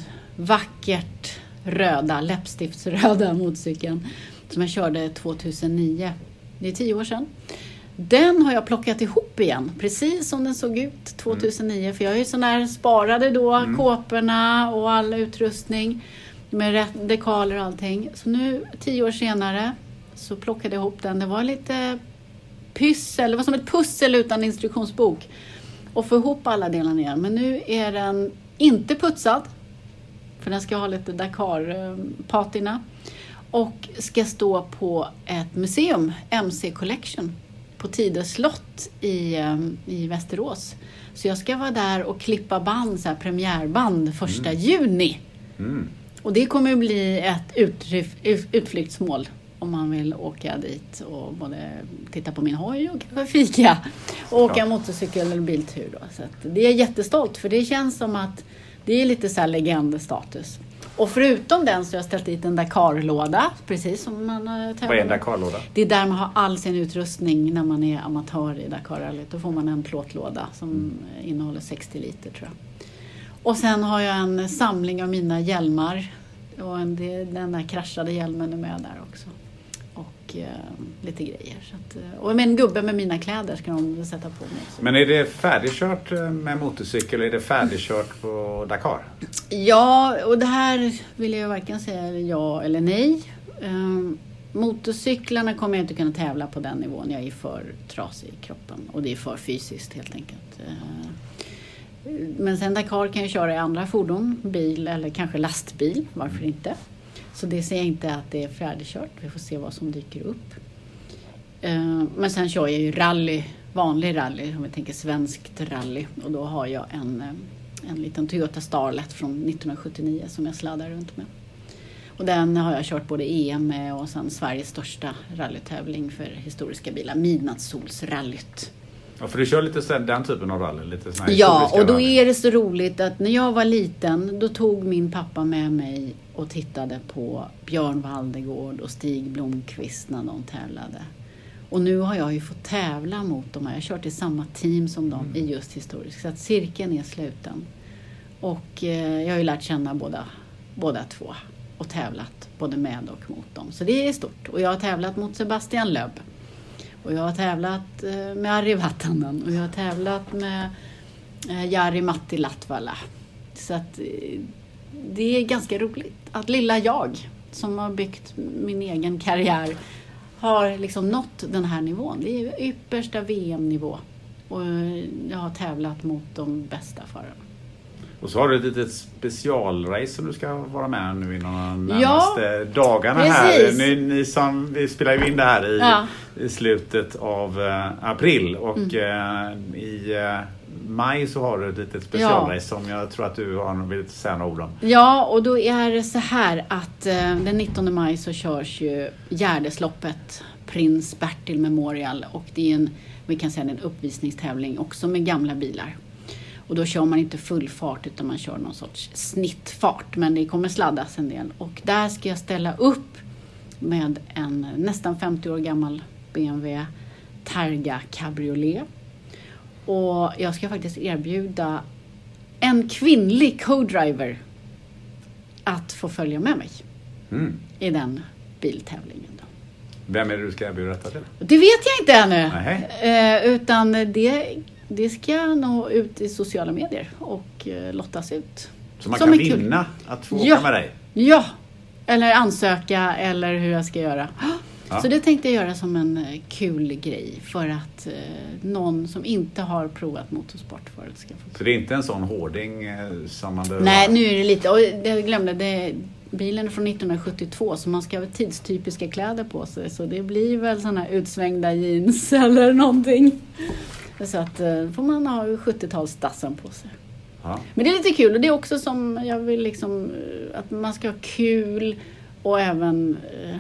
vackert röda, läppstiftsröda motorcykeln som jag körde tjugohundranio. Det är tio år sedan. Den har jag plockat ihop igen, precis som den såg ut tjugohundranio. Mm. För jag är ju sån där, sparade då mm. kåporna och all utrustning med rätt dekaler och allting. Så nu, tio år senare, så plockade jag ihop den. Det var lite pyssel, det var som ett pussel utan instruktionsbok. Och få ihop alla delarna igen. Men nu är den inte putsad. För den ska ha lite Dakar-patina. Och ska stå på ett museum, M C Collection. På Tidö slott i, i Västerås. Så jag ska vara där och klippa band, så här premiärband första mm. juni. Mm. Och det kommer att bli ett ut, ut, utflyktsmål. Om man vill åka dit och både titta på min hoj och kanske fika. Och åka ja. motorcykel eller biltur då. Så att det är jättestolt, för det känns som att det är lite så här legendstatus. Och förutom den så har jag ställt dit en Dakar-låda. Precis som man tävlar. Vad är en Dakar-låda? Det är där man har all sin utrustning när man är amatör i Dakar-rallyt. Då får man en plåtlåda som mm. innehåller sextio liter tror jag. Och sen har jag en samling av mina hjälmar. Och en, den där kraschade hjälmen är med där också. Och eh, lite grejer. Så att, och med en gubbe med mina kläder ska de sätta på mig. Så. Men är det färdigkört med motorcykel eller är det färdigkört på Dakar? Ja, och det här vill jag varken säga ja eller nej. Um, motorcyklarna kommer jag inte kunna tävla på den nivån. Jag är för trasig i kroppen. Och det är för fysiskt helt enkelt. Uh, men sen Dakar kan jag köra i andra fordon. Bil eller kanske lastbil. Varför mm. inte? Så det ser jag inte att det är färdigkört. Vi får se vad som dyker upp. Uh, men sen kör jag ju rally. Vanlig rally. Om vi tänker svenskt rally. Och då har jag en, en liten Toyota Starlet från nittonhundrasjuttionio som jag sladdar runt med. Och den har jag kört både E M med och sen Sveriges största rallytävling för historiska bilar. Midnattssolsrallyt. Ja, för du kör lite den typen av rally? Lite såna här ja, och då rally. Är det så roligt att när jag var liten då tog min pappa med mig och tittade på Björn Waldegård och Stig Blomqvist när de tävlade. Och nu har jag ju fått tävla mot dem. Jag har kört i samma team som dem mm. i just historiskt. Så att cirkeln är sluten. Och eh, jag har ju lärt känna båda, båda två. Och tävlat både med och mot dem. Så det är stort. Och jag har tävlat mot Sebastian Loeb. Och jag har tävlat eh, med Ari Vatanen. Och jag har tävlat med eh, Jari Matti Latvala. Så att eh, det är ganska roligt. Att lilla jag som har byggt min egen karriär har liksom nått den här nivån. Det är yppersta V M-nivå. Och jag har tävlat mot de bästa förarna. Och så har du ett litet specialrace som du ska vara med nu inom de närmaste ja, dagarna här. Ni, ni som, vi spelar ju in det här i, ja. i slutet av uh, april. Och mm. uh, i uh, maj så har du ett litet specialrace ja. som jag tror att du har vill säga några ord om. Ja, och då är det så här att uh, den nittonde maj så körs ju Gärdesloppet, Prins Bertil Memorial. Och det är en, vi kan säga en uppvisningstävling också med gamla bilar. Och då kör man inte full fart utan man kör någon sorts snittfart. Men det kommer sladdas en del. Och där ska jag ställa upp med en nästan femtio år gammal B M W Targa Cabriolet. Och jag ska faktiskt erbjuda en kvinnlig co-driver att få följa med mig mm. i den biltävlingen. Då. Vem är det du ska erbjuda detta till? Det vet jag inte ännu. Eh, utan det, det ska nå ut i sociala medier och eh, lottas ut. Så man Som kan kul. vinna att få ja. åka med dig? Ja, eller ansöka eller hur jag ska göra. Ja. Så det tänkte jag göra som en kul grej för att eh, någon som inte har provat motorsport förut ska få. Så det är inte en sån hårding eh, som man behöver? Nej, nu är det lite, och jag glömde, det, bilen är från nittonhundrasjuttiotvå så man ska ha tidstypiska kläder på sig. Så det blir väl såna här utsvängda jeans eller någonting. Så att eh, får man ha sjuttiotalsdassen på sig. Ja. Men det är lite kul och det är också som jag vill liksom att man ska ha kul och även eh,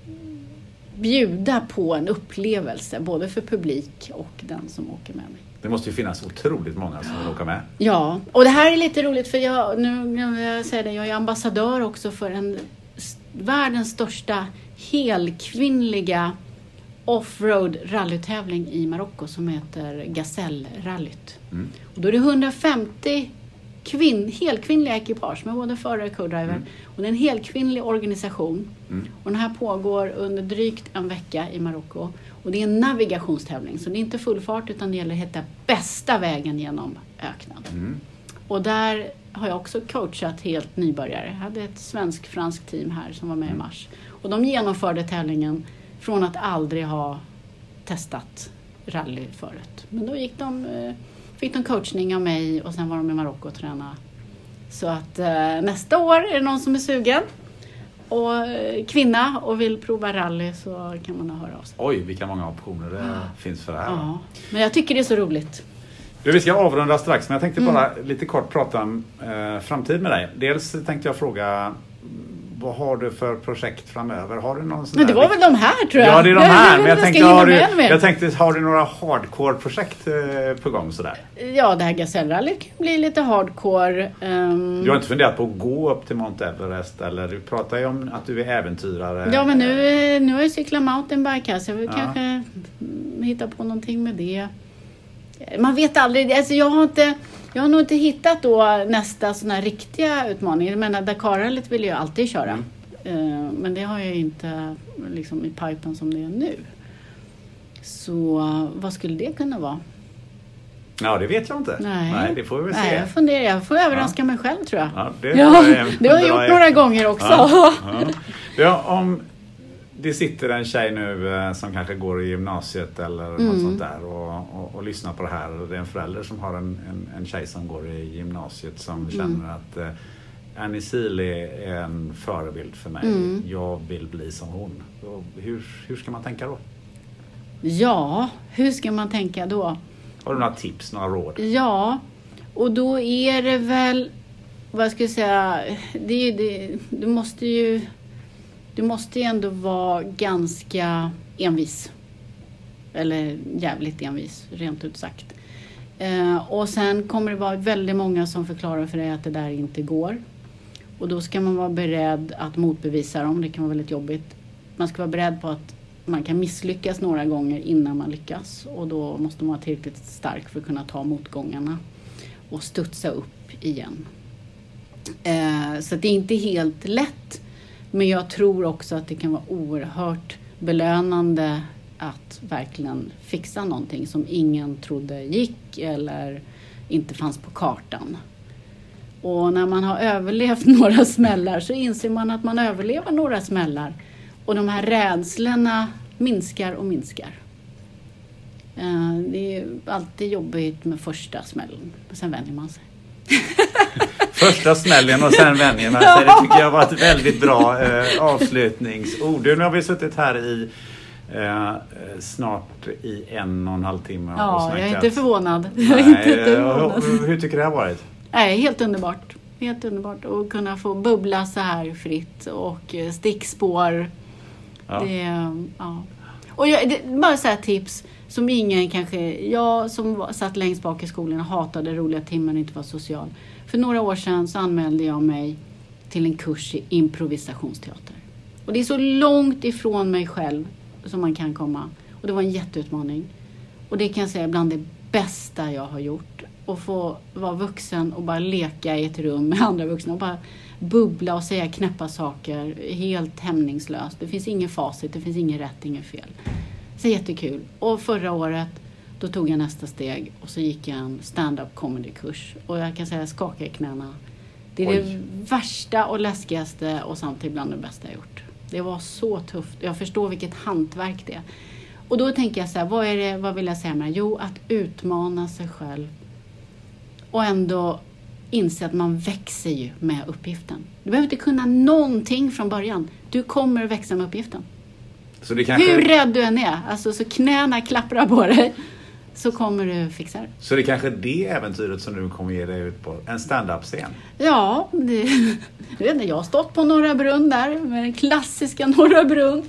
bjuda på en upplevelse både för publik och den som åker med mig. Det måste ju finnas otroligt många som vill åka med. Ja, och det här är lite roligt för jag, nu vill jag säga det, jag är ambassadör också för en världens största helkvinnliga offroad rallytävling i Marocko som heter Gazelle-rallyt. Mm. Och då är det hundrafemtio kvinn, helkvinnliga ekipage med både förare och co-driver. Mm. Och det är en helkvinnlig organisation. Mm. Och den här pågår under drygt en vecka i Marocko. Och det är en navigationstävling. Så det är inte full fart utan det gäller att hitta bästa vägen genom öknen. Mm. Och där har jag också coachat helt nybörjare. Jag hade ett svensk-fransk team här som var med mm. i mars. Och de genomförde tävlingen från att aldrig ha testat rally förut. Men då gick de, fick de coachning av mig och sen var de i Marocko och tränade. Så att eh, nästa år är det någon som är sugen och eh, kvinna och vill prova rally så kan man höra av sig. Oj, vilka många optioner det ja. finns för det här. Ja, men jag tycker det är så roligt. Du, vi ska avrunda strax men jag tänkte bara mm. lite kort prata om eh, framtid med dig. Dels tänkte jag fråga vad har du för projekt framöver? Har du någon sån men det var väl de här tror jag. Ja, det är de här. Men jag, jag tänkte, har du, jag tänkte, har du några hardcore-projekt eh, på gång sådär? Ja, det här Gazelle-rallyt kan bli lite hardcore. Um... Du har inte funderat på att gå upp till Mount Everest? Eller du pratar ju om att du är äventyrare. Ja, men nu, nu har jag cyklat mountainbike här. Så jag vill ja. kanske hitta på någonting med det. Man vet aldrig. Alltså jag har inte... Jag har nog inte hittat då nästa sån här riktiga utmaning. Jag menar, Dakar-rallyt vill jag alltid köra. Mm. Men det har jag inte liksom i pipen som det är nu. Så vad skulle det kunna vara? Ja, det vet jag inte. Nej, Nej det får vi väl se. Nej, jag funderar. Jag får överraska ja. mig själv, tror jag. Ja, det, ja, det har jag gjort några gånger också. Ja, ja. Ja, om det sitter en tjej nu eh, som kanske går i gymnasiet eller mm. något sånt där och, och, och lyssnar på det här. Det är en förälder som har en, en, en tjej som går i gymnasiet som känner mm. att eh, Annie Seeley är en förebild för mig. Mm. Jag vill bli som hon. Och hur, hur ska man tänka då? Ja, hur ska man tänka då? Har du några tips, några råd? Ja, och då är det väl, vad ska jag säga, det, det, du måste ju... Du måste ju ändå vara ganska envis. Eller jävligt envis, rent ut sagt. Eh, och sen kommer det vara väldigt många som förklarar för dig att det där inte går. Och då ska man vara beredd att motbevisa dem. Det kan vara väldigt jobbigt. Man ska vara beredd på att man kan misslyckas några gånger innan man lyckas. Och då måste man vara tillräckligt stark för att kunna ta motgångarna. Och studsa upp igen. Eh, så det är inte helt lätt. Men jag tror också att det kan vara oerhört belönande att verkligen fixa någonting som ingen trodde gick eller inte fanns på kartan. Och när man har överlevt några smällar så inser man att man överlever några smällar. Och de här rädslorna minskar och minskar. Det är alltid jobbigt med första smällen. Och sen vänjer man sig. Första smällen och sen vänjer man sig. Det tycker jag var ett väldigt bra eh, avslutningsord. Nu har vi suttit här i eh, snart i en och en halv timme. Ja, och jag är inte förvånad. Nej, jag är inte förvånad. Hur, hur tycker du det har varit? Nej, helt underbart. Helt underbart att kunna få bubbla så här fritt och stickspår. Ja. Det, ja. Och jag, det, bara så här tips. Som ingen kanske, jag som var, satt längst bak i skolan och hatade roliga timmar och inte var social. För några år sedan så anmälde jag mig till en kurs i improvisationsteater. Och det är så långt ifrån mig själv som man kan komma. Och det var en jätteutmaning. Och det kan jag säga bland det bästa jag har gjort. Att få vara vuxen och bara leka i ett rum med andra vuxna och bara bubbla och säga knäppa saker helt hämningslöst. Det finns ingen facit, det finns ingen rätt, ingen fel. Så jättekul. Och förra året då tog jag nästa steg och så gick jag en stand-up comedy-kurs. Och jag kan säga skaka i knäna. Det är Oj. det värsta och läskigaste och samtidigt bland det bästa jag gjort. Det var så tufft. Jag förstår vilket hantverk det är. Och då tänker jag så här, vad, är det, vad vill jag säga med det? Jo, att utmana sig själv. Och ändå inse att man växer ju med uppgiften. Du behöver inte kunna någonting från början. Du kommer att växa med uppgiften. Så det kanske... Hur rädd du än är, alltså så knäna klapprar på dig, så kommer du fixa det. Så det är kanske det äventyret som du kommer ge dig ut på, en stand-up-scen? Ja, det, jag vet inte, jag har stått på Norra Brunn där, med den klassiska Norra Brunn.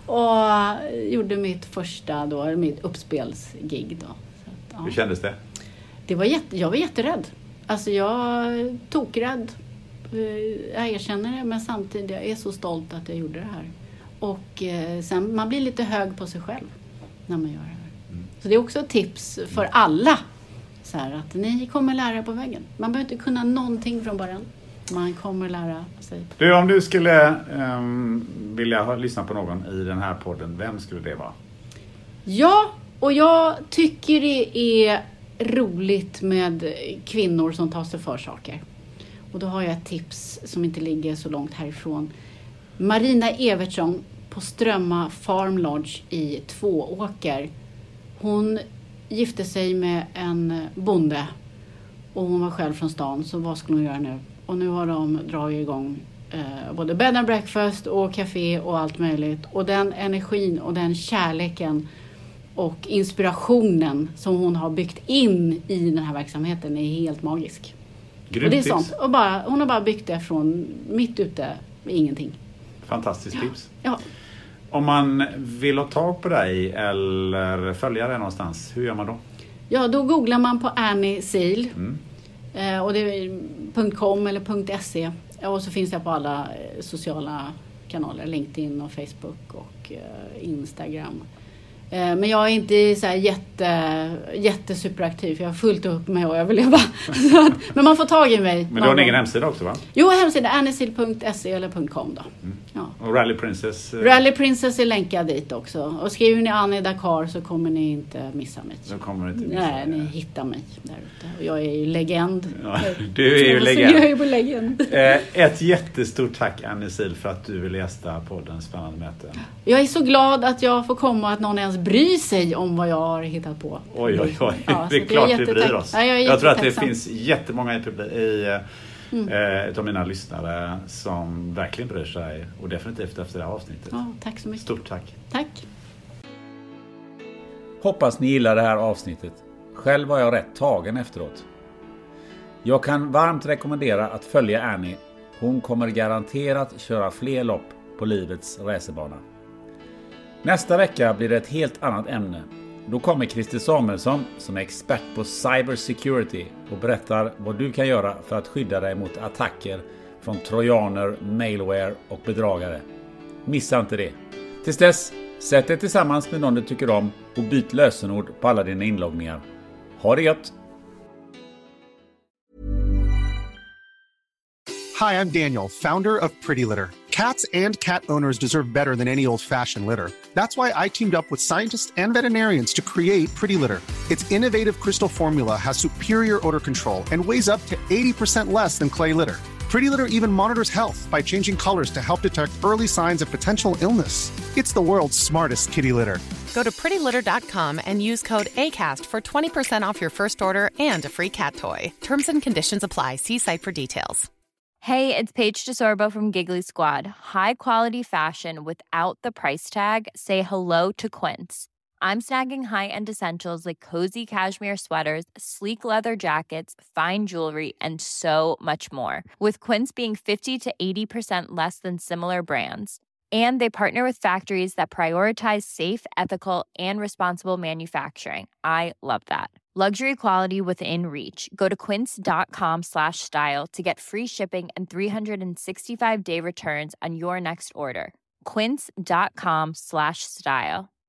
Och gjorde mitt första då, mitt uppspelsgig då. Så att, ja. Hur kändes det? Det var jätte, jag var jätterädd. Alltså jag tog rädd. Jag erkänner det, men samtidigt jag är så stolt att jag gjorde det här. Och eh, sen man blir lite hög på sig själv när man gör det här. Mm. Så det är också ett tips för alla. Så här, att ni kommer lära er på vägen. Man behöver inte kunna någonting från början. Man kommer lära sig. Du, om du skulle um, vilja ha, lyssna på någon i den här podden, vem skulle det vara? Ja, och jag tycker det är roligt med kvinnor som tar sig för saker. Och då har jag ett tips som inte ligger så långt härifrån. Marina Evertsson på Strömma Farm Lodge i Tvååker. Hon gifte sig med en bonde och hon var själv från stan, så vad skulle hon göra nu? Och nu har de dragit igång eh, både bed and breakfast och café och allt möjligt. Och den energin och den kärleken och inspirationen som hon har byggt in i den här verksamheten är helt magisk. Grymt. Och det är sånt. Och bara, hon har bara byggt det från mitt ute med ingenting. Fantastiskt ja. tips. Ja. Om man vill ha tag på dig eller följa dig någonstans, hur gör man då? Ja, då googlar man på Annie Sil. Mm. Eh, och det är .com eller .se. Och så finns jag på alla sociala kanaler. LinkedIn och Facebook och eh, Instagram. Eh, men jag är inte så här jätte, jätte superaktiv. För jag har fullt upp med att överleva. Men man får tag i mig. Men du har en egen hemsida också, va? Jo, hemsida anniesil punkt se eller .com då. Mm. Ja. Och Rally Princess? Eh... Rally Princess är länkad dit också. Och skriver ni Annie Dakar så kommer ni inte missa mig. Så kommer ni inte missa Nej, ni hittar mig där ute. Och jag är ju legend. Ja, du är ju legend. Jag är ju legend. Ett jättestort tack Annie Sil för att du vill gästa på den spännande möten. Jag är så glad att jag får komma och att någon ens bryr sig om vad jag har hittat på. Oj, oj, oj. Ja, det är klart vi bryr oss. Ja, jag, jag tror att det finns jättemånga i, i mm. eh, utav mina lyssnare som verkligen bryr sig. Och definitivt efter det här avsnittet. Ja, tack så mycket. Stort tack. Tack. Hoppas ni gillar det här avsnittet. Själv var jag rätt tagen efteråt. Jag kan varmt rekommendera att följa Annie. Hon kommer garanterat köra fler lopp på livets racerbana. Nästa vecka blir det ett helt annat ämne. Då kommer Christer Samuelsson som är expert på cyber security och berättar vad du kan göra för att skydda dig mot attacker från trojaner, malware och bedragare. Missa inte det. Tills dess, sätt dig tillsammans med någon du tycker om och byt lösenord på alla dina inloggningar. Ha det gött! Hi, I'm Daniel, founder of Pretty Litter. Cats and cat owners deserve better than any old-fashioned litter. That's why I teamed up with scientists and veterinarians to create Pretty Litter. Its innovative crystal formula has superior odor control and weighs up to eighty percent less than clay litter. Pretty Litter even monitors health by changing colors to help detect early signs of potential illness. It's the world's smartest kitty litter. Go to pretty litter dot com and use code ACAST for twenty percent off your first order and a free cat toy. Terms and conditions apply. See site for details. Hey, it's Paige DeSorbo from Giggly Squad. High quality fashion without the price tag. Say hello to Quince. I'm snagging high-end essentials like cozy cashmere sweaters, sleek leather jackets, fine jewelry, and so much more. With Quince being fifty to eighty percent less than similar brands. And they partner with factories that prioritize safe, ethical, and responsible manufacturing. I love that. Luxury quality within reach. Go to quince.com slash style to get free shipping and three sixty-five day returns on your next order. Quince.com slash style.